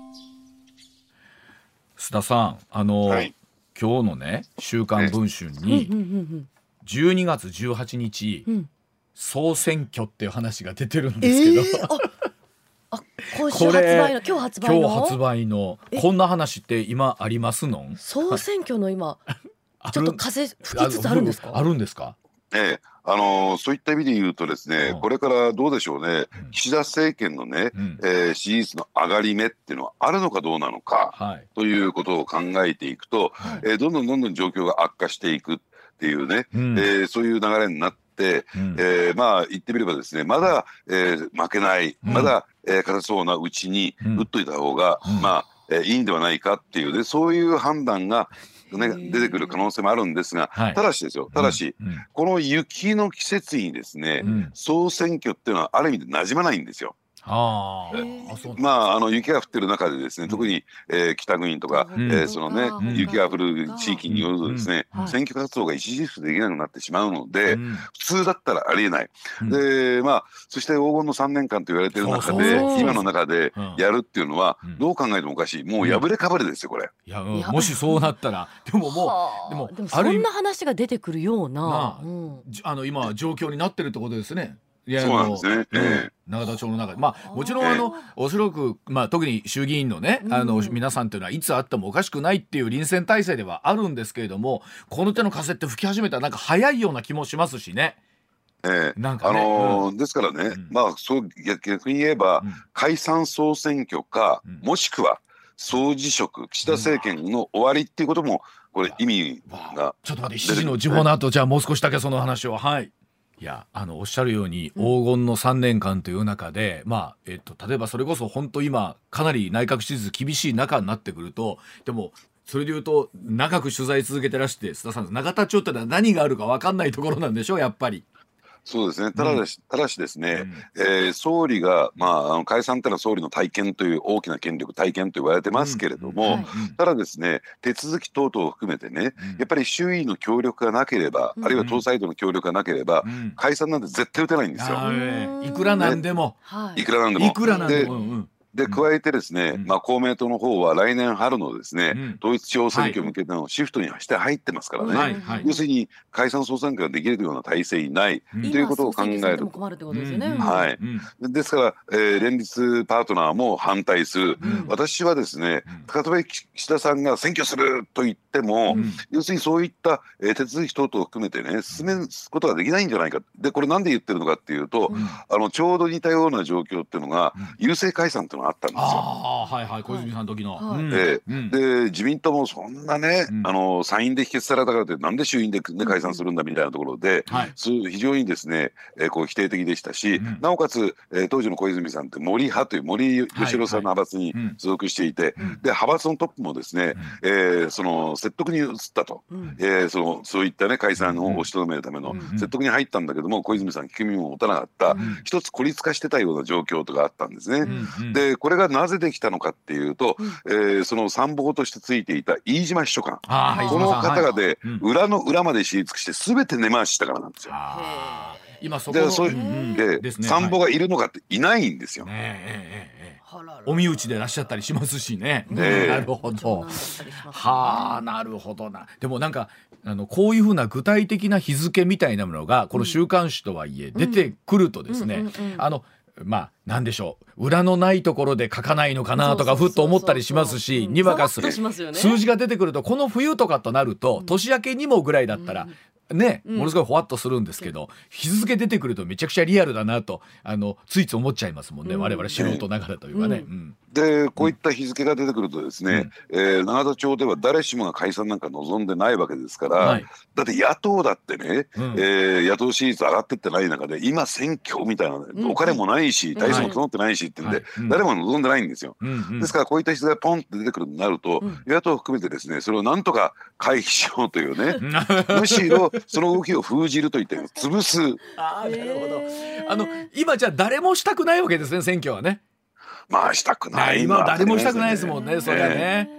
Speaker 1: 須田さん、あの、はい、今日のね週刊文春にじゅうにがつじゅうはちにち、うん、総選挙っていう話が出てるんですけど、えー
Speaker 2: あ今週発売の今日発売の
Speaker 1: 今日発売のこんな話って今ありますの？
Speaker 2: 総選挙の今ちょっと風吹きつつあるんですか？
Speaker 1: あるんですか？
Speaker 4: ええ、あのー、そういった意味で言うとですね、うん、これからどうでしょうね、うん、岸田政権のね、うん、えー、支持率の上がり目っていうのはあるのかどうなのか、はい、ということを考えていくと、はい、えー、どんどんどんどん状況が悪化していくっていうね、うん、えー、そういう流れになって、うん、えー、まあ言ってみればですね、まだ、えー、負けない、うん、まだ、えー、勝てそうなうちに打っといた方が、うん、まあ、えー、いいんではないかっていうね、そういう判断がね、出てくる可能性もあるんですが、はい、ただしですよ、ただし、うんうん、この雪の季節にですね、うん、総選挙っていうのはある意味で馴染まないんですよ。あまあ、あの雪が降ってる中でですね、特に、えー、北国とか、うん、えー、そのね、うん、雪が降る地域によるとですね、うん、選挙活動が一時できなくなってしまうので、うん、普通だったらありえない、うん、でまあそして黄金のさんねんかんと言われている中で今の中でやるっていうのは、うん、どう考えてもおかしい、もう破れかぶれですよこれ。
Speaker 1: いや、うん、もしそうなったらでももうでも
Speaker 2: でもそんな話が出てくるような、な
Speaker 1: あ、うん、あの今状況になってるってことですね。
Speaker 4: いや、そうなんですね、うんえー、
Speaker 1: 永田町の中で、まあ、もちろんあの、えー、おそらく、まあ、特に衆議院のね、あの皆さんというのはいつあってもおかしくないっていう臨戦態勢ではあるんですけれども、この手の風って吹き始めたらなんか早いような気もしますしね。
Speaker 4: えーなんかね、あのーうん、ですからね、うん、まあそう逆に言えば、うん、解散総選挙か、うん、もしくは総辞職、岸田政権の終わりっていうこともこれ意味が、
Speaker 1: ちょっと待って、しちじの時報の後、じゃあもう少しだけその話を。はい、いや、あのおっしゃるように黄金のさんねんかんという中で、うん、まあえっと、例えばそれこそ本当今かなり内閣支持率厳しい中になってくると、でもそれでいうと長く取材続けてらして、須田さん、永田町ってのは何があるか分かんないところなんでしょう、やっぱり。
Speaker 4: そうですね、ただし、うん、ただしですね、うんえー、総理が、まあ、あの解散というのは総理の大権という大きな権力、大権と言われてますけれども、うんはい、ただですね、手続き等々を含めてね、うん、やっぱり周囲の協力がなければ、うん、あるいは党サイドの協力がなければ、うん、解散なんて絶対打てないんですよ。
Speaker 1: いくらなんでも、
Speaker 4: ね、いくらなんでも。
Speaker 1: いくらなんでも。うん
Speaker 4: で加えてですね、うんまあ、公明党の方は来年春のですね、うん、統一地方選挙向けてのシフトにして入ってますからね、はいはい、要するに解散総選挙ができるような体制にない、うん、ということを考えると、はい、うん、ですから、えー、連立パートナーも反対する、うん、私はですね、例えば岸田さんが選挙すると言っても、うん、要するにそういった、えー、手続き等々を含めてね進めることができないんじゃないか。でこれなんで言ってるのかっていうと、うん、あのちょうど似たような状況っていうのが、うん、郵政解散っていうのがあったんですよ。
Speaker 1: あはいはい、小泉さんの時の、はい
Speaker 4: うんえーうん、で自民党もそんなね、うん、あの参院で否決されたからってなんで衆院で、ね、解散するんだみたいなところで、うんはい、非常にですね、えー、こう否定的でしたし、うん、なおかつ、えー、当時の小泉さんって森派という森喜朗さんの派閥に所属していて、はいはい、で派閥のトップもですね、うんえー、その説得に移ったと、うんえー、そのそういった、ね、解散を押しとどめるための説得に入ったんだけども、小泉さん聞く耳も持たなかった、うん、一つ孤立化してたような状況とかあったんですね。うんうん、でこれがなぜできたのかっていうと、うんえー、その参謀としてついていた飯島秘書官、この方がで、はい、裏の裏まで知り尽くして全て根回ししたからなんですよ。
Speaker 1: 今そこのそういう
Speaker 4: で、ね、参謀がいるのかっていないんですよ。
Speaker 1: ねえええお身内でいらっしゃったりしますしね。ねなるほど。はあ、なるほどな。でもなんかあのこういうふうな具体的な日付みたいなものがこの週刊誌とはいえ出てくるとですね、あのまあなんでしょう、裏のないところで書かないのかなとかふっと思ったりしますし、にわか数字が出てくると、この冬とかとなると年明けにもぐらいだったらね、ものすごいほわっとするんですけど、うん、日付出てくるとめちゃくちゃリアルだなとあのついつい思っちゃいますもんね、うん、我々素人ながらというかね、うん、
Speaker 4: でこういった日付が出てくるとですね、うんえー、永田町では誰しもが解散なんか望んでないわけですから、はい、だって野党だってね、うんえー、野党支持率上がってってない中で今選挙みたいな、ね、お金もないし体制も整ってないしってんで、はいはい、誰も望んでないんですよ、うんうん、ですからこういった日付がポンって出てくるとなると、うん、与野党を含めてですねそれをなんとか回避しようというねむしろその動きを封じるといって潰す。
Speaker 1: あーなるほど。あの今じゃあ誰もしたくないわけですね、選挙はね。
Speaker 4: まあしたくない、
Speaker 1: 今は誰もしたくないですもんね、それはね。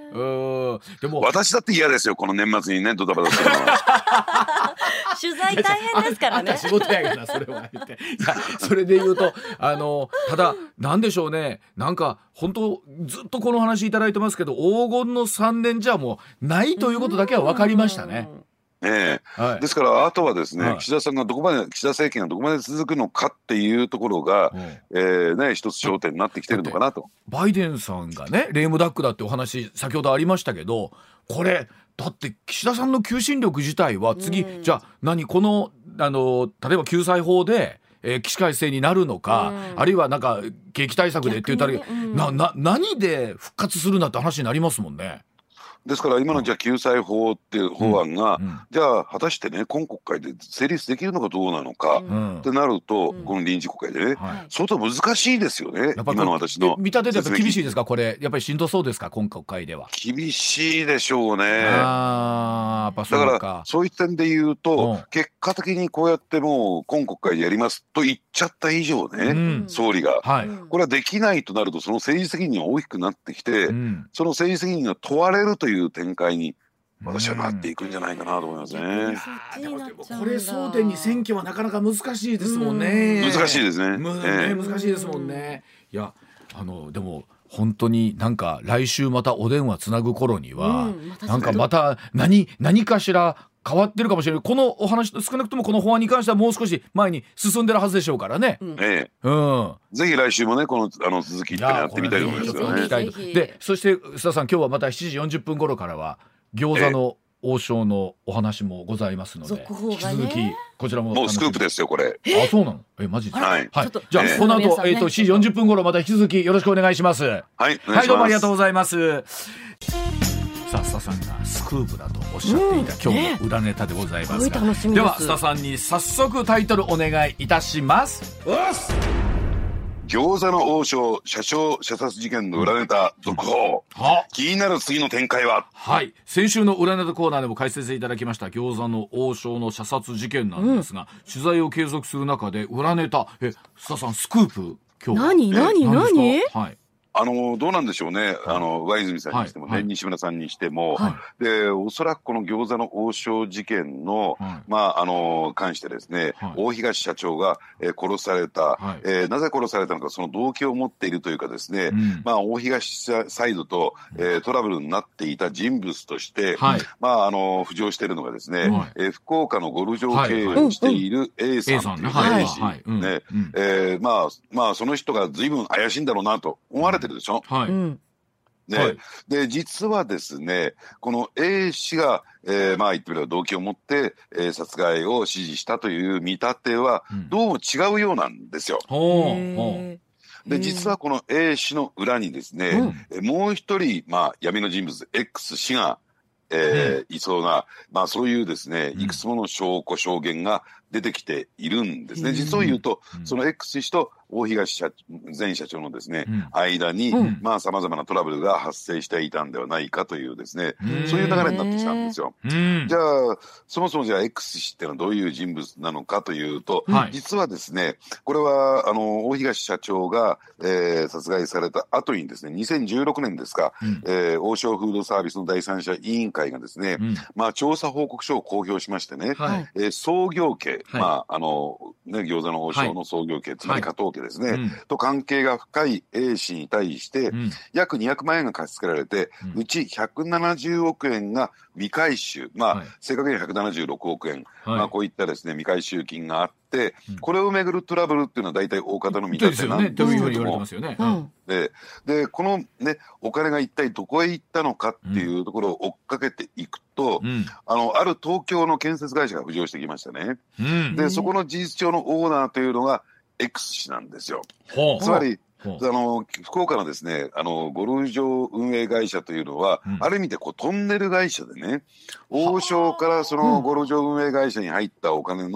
Speaker 1: うんでも
Speaker 4: 私だって嫌ですよ、この年末にねドタバタするのは
Speaker 2: 取材大変ですからね。
Speaker 1: あんた仕事やがなそれは言って。いやそれで言うとあのただなんでしょうね、なんか本当ずっとこの話いただいてますけど、黄金のさんねんじゃもうないということだけは分かりましたね。
Speaker 4: ええ
Speaker 1: はい、
Speaker 4: ですからあとはですね、
Speaker 1: はい、
Speaker 4: 岸田さんがどこまで岸田政権がどこまで続くのかっていうところが、うんえーね、一つ焦点になってきてるのかなと。
Speaker 1: バイデンさんがねレームダックだってお話先ほどありましたけど、これだって岸田さんの求心力自体は次、うん、じゃあ何このあの例えば救済法でえー、起死回生になるのか、うん、あるいはなんか景気対策でって言ったら、ねうん、なな何で復活するんだって話になりますもんね。
Speaker 4: ですから今のじゃあ救済法っていう法案が、うんうん、じゃあ果たしてね今国会で成立できるのかどうなのか、うん、ってなると、うん、この臨時国会でね、はい、相当難しいですよね。今の私の
Speaker 1: 見立てでやっぱ厳しいですか、これやっぱりしんどそうですか、今国会では。
Speaker 4: 厳しいでしょうね。
Speaker 1: あやっぱそうか。
Speaker 4: だからそういう点で言うと、うん、結果的にこうやってもう今国会でやりますと言っちゃった以上ね、うん、総理が、はい、これはできないとなるとその政治責任は大きくなってきて、うん、その政治責任が問われるという展開に私はなっていくんじゃないかなと思いますね。
Speaker 1: うん、でもでもこれ争点に選挙はなかなか難しいですもんね。
Speaker 4: 難しいですね。
Speaker 1: むね難しいですもんね。いやあのでも本当になんか来週またお電話つなぐ頃には、うん、なんかまた何何かしら変わってるかもしれない。このお話少なくともこの法案に関してはもう少し前に進んでるはずでしょうからね。うん
Speaker 4: ええうん、ぜひ来週もねこのあの続きってやってみたいと思いますよね。
Speaker 1: でそして須田さん今日はまたしちじよんじゅっぷん頃からは餃子の王将のお話もございますので、
Speaker 2: 続報がね、
Speaker 1: 引き続きこちらも
Speaker 4: もうスクープですよこれ。
Speaker 1: あそうなのえマジで、
Speaker 4: はい
Speaker 1: はい、じゃあ、えー、この後、ねえー、としちじよんじゅっぷん頃また引き続きよろしくお願いします。はい、
Speaker 4: お願いします。
Speaker 1: はい、どうもありがとうございます。さあ須田さんがスクープだとおっしゃっていた、うん、今日の裏ネタでございますが、ね、では須田さんに早速タイトルお願いいたします。
Speaker 4: 餃子の王将社長射殺事件の裏ネタ続報、うん、気になる次の展開は。
Speaker 1: はい、先週の裏ネタコーナーでも解説いただきました餃子の王将の射殺事件なんですが、うん、取材を継続する中で裏ネタえ須田さんスクープ今日
Speaker 2: 何何何、
Speaker 4: はいあのどうなんでしょうね、あの上泉さんにしてもね、はい、西村さんにしても、はい、でおそらくこの餃子の王将事件の、はい、まああの関してですね、はい、大東社長が、えー、殺された、はいえー、なぜ殺されたのかその動機を持っているというかですね、うん、まあ大東サイドと、えー、トラブルになっていた人物として、はい、まああの浮上しているのがですね、はいえー、福岡のゴルフ場経営をしている A さんという刑事ね、えー、まあまあその人が随分怪しいんだろうなと思われてるでしょ。はいねはい、で実はですねこの A 氏が、えー、まあ言ってみれば動機を持って、えー、殺害を指示したという見立てはどうも違うようなんですよ。うんで実はこの A 氏の裏にですね、うん、もう一人、まあ、闇の人物 X 氏が、えーうん、いそうな、まあ、そういうですねいくつもの証拠証言が出てきているんですね。実を言うと、うん、その X 氏と大東社前社長のですね、うん、間に、うん、まあ様々なトラブルが発生していたんではないかというですね、そういう流れになってきたんですよ。じゃあそもそもじゃあ X 氏ってのはどういう人物なのかというと、はい、実はですねこれはあの大東社長が、えー、殺害された後にですねにせんじゅうろくねんですか、うん、えー、王将フードサービスの第三者委員会がですね、うん、まあ調査報告書を公表しましてね、はい、えー、創業家、はい、まああのね餃子の王将の創業家、はい、つまり加藤家ですね、はいうん、と関係が深い A 氏に対して、うん、約にひゃくまんえんが貸し付けられて、うん、うちひゃくななじゅうおくえんが未回収、まあ、はい、正確にはひゃくななじゅうろくおくえん、はい、まあこういったですね未回収金があって、うん、これをめぐるトラブルっていうのは大体大方の見立てなんですけれども、ででこのねお金が一体どこへ行ったのかっていうところを追っかけていくと、うん、あのある東京の建設会社が浮上してきましたね、うん、でそこの事実上のオーナーというのが X 氏なんですよ。つまりあの福岡のですねあのゴルフ場運営会社というのは、うん、ある意味でこうトンネル会社でね王将からそのゴルフ場運営会社に入ったお金の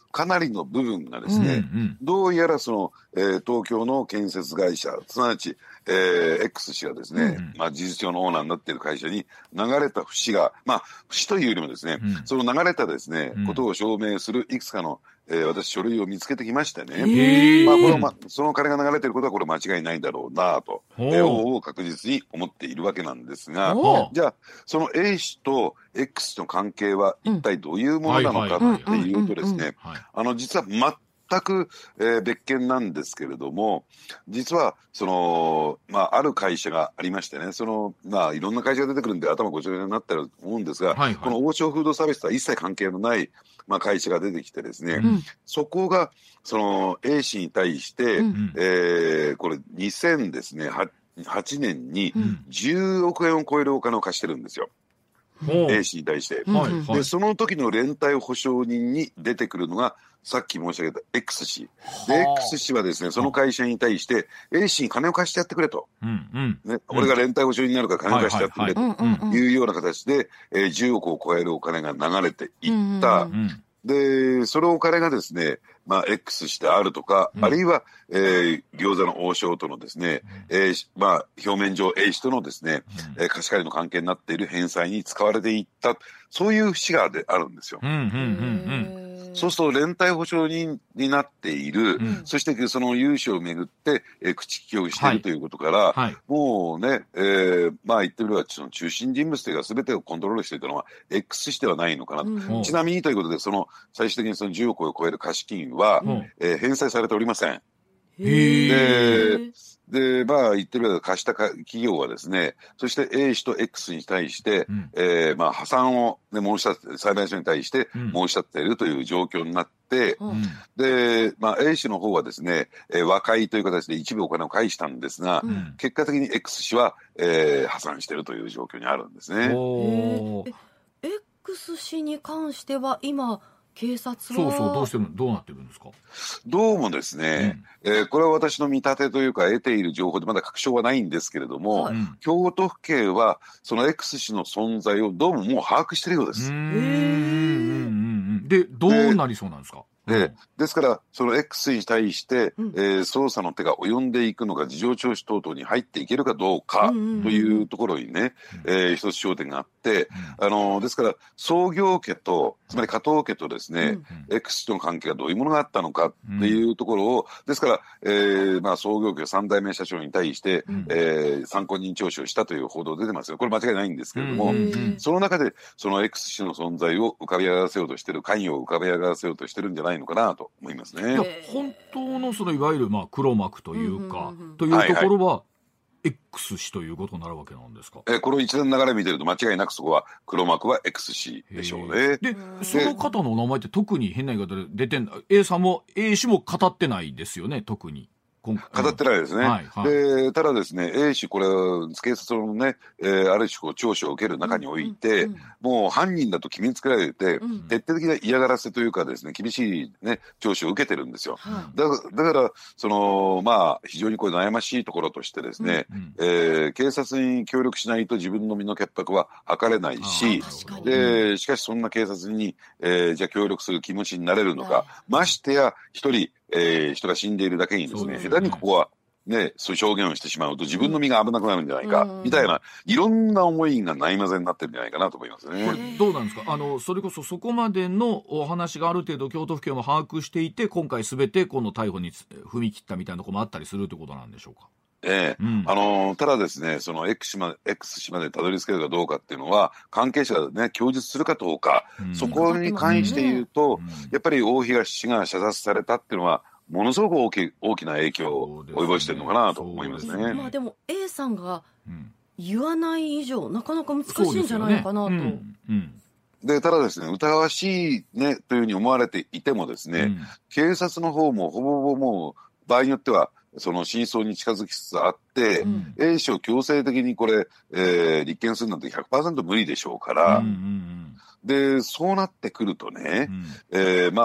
Speaker 4: かなりの部分がですね、うんうん、どうやらその、えー、東京の建設会社、すなわち、えー、X 氏がですね、うんまあ、事実上のオーナーになっている会社に流れた節が、まあ、節というよりもですね、うん、その流れたですね、うん、ことを証明するいくつかの、えー、私書類を見つけてきましてね、まあ、これは、ま、その金が流れていることはこれ間違いないだろうなと、えー、を確実に思っているわけなんですが、じゃあその A 氏と X の関係は一体どういうものなのかっていうとですね、あの実は全く、えー、別件なんですけれども、実はその、まあ、ある会社がありましてね、その、まあ、いろんな会社が出てくるんで頭ごちゃごちゃになってると思うんですが、はいはい、この王将フードサービスとは一切関係のない、まあ、会社が出てきてですね、うん、そこがその A 氏に対して、うんえー、これにせんはちねんにじゅうおくえんを超えるお金を貸してるんですよ。うん、A 氏に対して、うん、でその時の連帯保証人に出てくるのがさっき申し上げた X 氏で X 氏はですねその会社に対して A 氏に金を貸してやってくれと、うんうんね、俺が連帯保証人になるから金を貸してやってくれというような形で、えー、じゅうおくを超えるお金が流れていった、うんうんでそのお金がですね、まあ、X 氏であるとか、うん、あるいは、えー、餃子の王将とのですね、うんえーまあ、表面上 A 氏とのですね、うんえー、貸し借りの関係になっている返済に使われていったそういう節がであるんですよ。うんうんうんうんそうすると連帯保証人になっている、うん、そしてその融資をめぐって、えー、口利きをしているということから、はいはい、もうね、えー、まあ言ってみればその中心人物というか全てをコントロールしていたのは X 氏ではないのかなと、うん、ちなみにということでその最終的にそのじゅうおくを超える貸金は、うんえー、返済されておりません。ででまあ言ってみれば貸した企業はですねそして A 氏と X に対して、うんえーまあ、破産を、ね、申し立て裁判所に対して申し立てているという状況になって、うん、で、まあ、A 氏の方はですね、えー、和解という形で一部お金を返したんですが、うん、結果的に X 氏は、えー、破産しているという状況にあるんですね。
Speaker 2: おーえ X 氏に関しては今警察は
Speaker 1: そうそうどうしてもどうなってるんですか。
Speaker 4: どうもですね、うんえー、これは私の見立てというか得ている情報でまだ確証はないんですけれども、はい、京都府警はその X 氏の存在をどうももう把握しているようです。うー
Speaker 1: んでどうなりそうなんですか。
Speaker 4: でですからその X に対して、うんえー、捜査の手が及んでいくのか事情聴取等々に入っていけるかどうかというところにね、うんえー、一つ焦点があって、うん、あのですから創業家とつまり加藤家とですね、うん、X との関係がどういうものがあったのかっていうところをですから、えーまあ、創業家さん代目社長に対して、うんえー、参考人聴取をしたという報道出てますよ。これ間違いないんですけれども、うん、その中でその X 氏の存在を浮かび上がらせようとしている関与を浮かび上がらせようとしてるんじゃないのかなと思いますね。
Speaker 1: いや本当のそのいわゆるまあ黒幕というか、うんうんうん、というところは、はい、X 氏ということになるわけなんですか。
Speaker 4: えー、この一連の流れ見てると間違いなくそこは黒幕は X 氏でしょうね。
Speaker 1: でその方の名前って特に変な言い方で出てんだ A さんも A 氏も語ってないですよね。特に
Speaker 4: 語ってないですね、はいはい、でただですね A 氏これ警察のね、えー、ある種こう聴取を受ける中において、うんうんうん、もう犯人だと決めつけられて、うん、徹底的な嫌がらせというかですね厳しい、ね、聴取を受けてるんですよ、はい、だ, だからそのまあ非常にこれ悩ましいところとしてですね、うんうんえー、警察に協力しないと自分の身の潔白は図れないしでしかしそんな警察に、えー、じゃあ協力する気持ちになれるのか、はい、ましてや一人えー、人が死んでいるだけにですね、下手にここはね、そういう証言をしてしまうと自分の身が危なくなるんじゃないか、うん、みたいないろんな思いがないまぜになってるんじゃないかなと思いますね。
Speaker 1: これどうなんですか。あのそれこそそこまでのお話がある程度京都府警も把握していて今回すべてこの逮捕に踏み切ったみたいなところもあったりするということなんでしょうか。
Speaker 4: ええうん、あのー、ただですねその X 氏まで、X 氏までたどり着けるかどうかっていうのは関係者がね供述するかどうか、うん、そこに関して言うと、うん、やっぱり大東氏が射殺されたっていうのはものすごく大き、大きな影響を及ぼしてるのかなと思いますね。
Speaker 2: まあでも A さんが言わない以上、うん、なかなか難しいんじゃないかなと。で、ねうん
Speaker 4: うん、ただですね疑わしいねというふうに思われていてもですね、うん、警察の方もほぼほぼもう場合によってはその真相に近づきつつあって、うん、A 氏を強制的にこれ、えー、立件するなんて ひゃくパーセント 無理でしょうから、うんうんうん、でそうなってくるとね、うんえー、まあ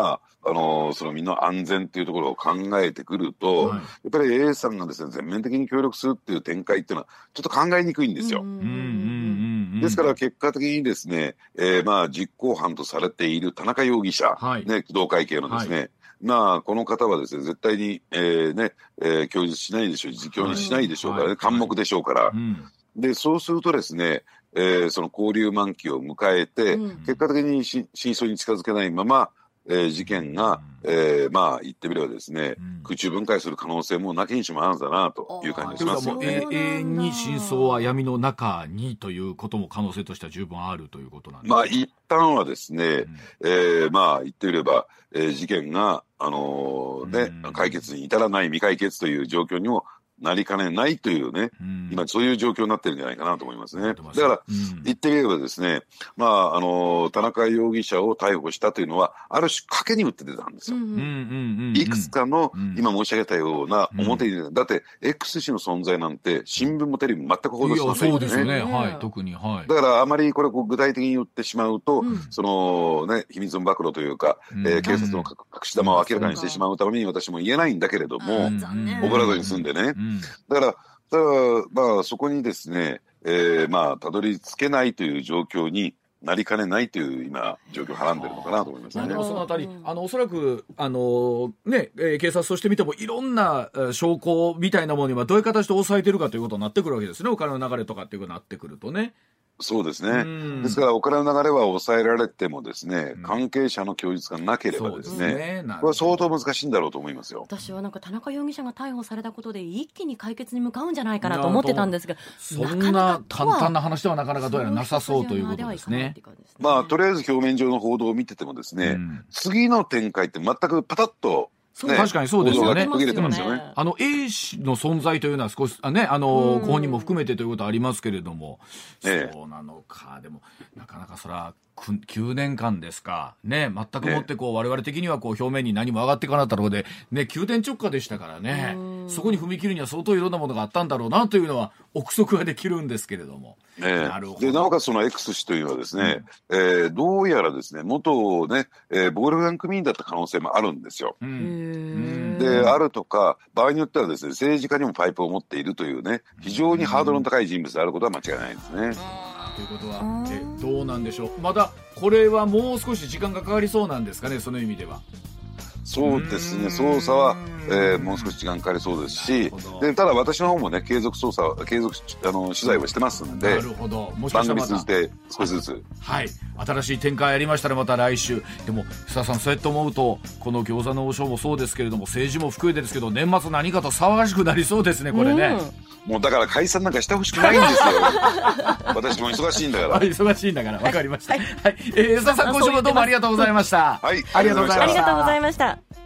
Speaker 4: あのそのみんな安全っていうところを考えてくると、はい、やっぱり A さんがですね全面的に協力するっていう展開っていうのはちょっと考えにくいんですよ。うんうんうんうん、ですから結果的にですね、えー、まあ実行犯とされている田中容疑者、はい、ね、工藤会系のですね、はい、まあこの方はですね絶対に、えーねえー、供述しないでしょう、自供にしないでしょうからね、はい、監目でしょうから、はい、うん、でそうするとですね、えー、その勾留満期を迎えて、うん、結果的に真相に近づけないまま、えー、事件が、うん、えー、まあ言ってみればですね、うん、空中分解する可能性もなきにしもあらずだなという感じがしますよね。
Speaker 1: 永遠に真相は闇の中にということも可能性としては十分あるということなんですか。
Speaker 4: まあ一旦はですね、うん、えー、まあ言ってみれば、えー、事件が、あのー、ね、うん、解決に至らない未解決という状況にもなりかねないというね、うん、今そういう状況になってるんじゃないかなと思いますね。だから、うん、言ってみればですね、まあ、あの、田中容疑者を逮捕したというのは、ある種賭けに打って出たんですよ。うんうんうん、いくつかの、今申し上げたような表に出た、うん、だって、X 氏の存在なんて、新聞もテレビも全く報道してないんですね。
Speaker 1: そうですよね。はい、特に。はい。
Speaker 4: だから、あまりこれを具体的に言ってしまうと、うん、そのね、秘密の暴露というか、うん、えー、警察の隠し玉を明らかにしてしまうために私も言えないんだけれども、オブラードに住んでね、うん、だから、だからまあそこにですね、えー、まあたどり着けないという状況になりかねないという今状況をはらんでるのかなと思いますね。
Speaker 1: そのあたり、あのおそらくあのね、えー、警察として見てもいろんな、えー、証拠みたいなものにはどういう形で抑えてるかということになってくるわけですね。お金の流れとかっていうことになってくるとね。
Speaker 4: そうですね。ですからお金の流れは抑えられてもですね、関係者の供述がなければですね、ですね、これは相当難しいんだろうと思いますよ。
Speaker 2: 私はなんか田中容疑者が逮捕されたことで一気に解決に向かうんじゃないかなと思ってたんですが、
Speaker 1: そんな簡単な話ではなかなかどうやらなさそうということですね。
Speaker 4: まあとりあえず表面上の報道を見ててもですね、うん、次の展開って全くパタッと
Speaker 1: ね、確かにそうですよね。あの A 氏の存在というのは少しあ、ね、あのご本人も含めてということはありますけれども、ええ、そうなのか。でもなかなかそれはきゅうねんかんですかね、全くもってこう、ええ、我々的にはこう表面に何も上がっていかなかったので、ね、急転直下でしたからね、そこに踏み切るには相当いろんなものがあったんだろうなというのは憶測はできるんですけれども、
Speaker 4: ええ、なるほど。でなおかつその X 氏というのはですね、うん、えー、どうやらですね元ね、えー、暴力団組員だった可能性もあるんですよ。うん、であるとか場合によってはですね政治家にもパイプを持っているというね非常にハードルの高い人物であることは間違いないですね。
Speaker 1: ということはえどうなんでしょう。まだこれはもう少し時間がかかりそうなんですかね、その意味では。
Speaker 4: そうですね、捜査は、えー、もう少し時間かかりそうですし、でただ私の方もね継続捜査継続あの取材をしてますんで、なるほど、もしかしたらまた番組通じて少しずつ、
Speaker 1: はい、新しい展開ありましたらまた来週。でも須田さん、そうやって思うとこの餃子の王将もそうですけれども政治も含めてですけど年末何かと騒がしくなりそうですね、これね。
Speaker 4: もうだから解散なんかしてほしくないんですよ私も忙しいんだから
Speaker 1: 忙しいんだから分かりました。はい、はい、えー、須田さん今週もどうもありがとうございました。
Speaker 4: はい、
Speaker 2: ありがとうございました。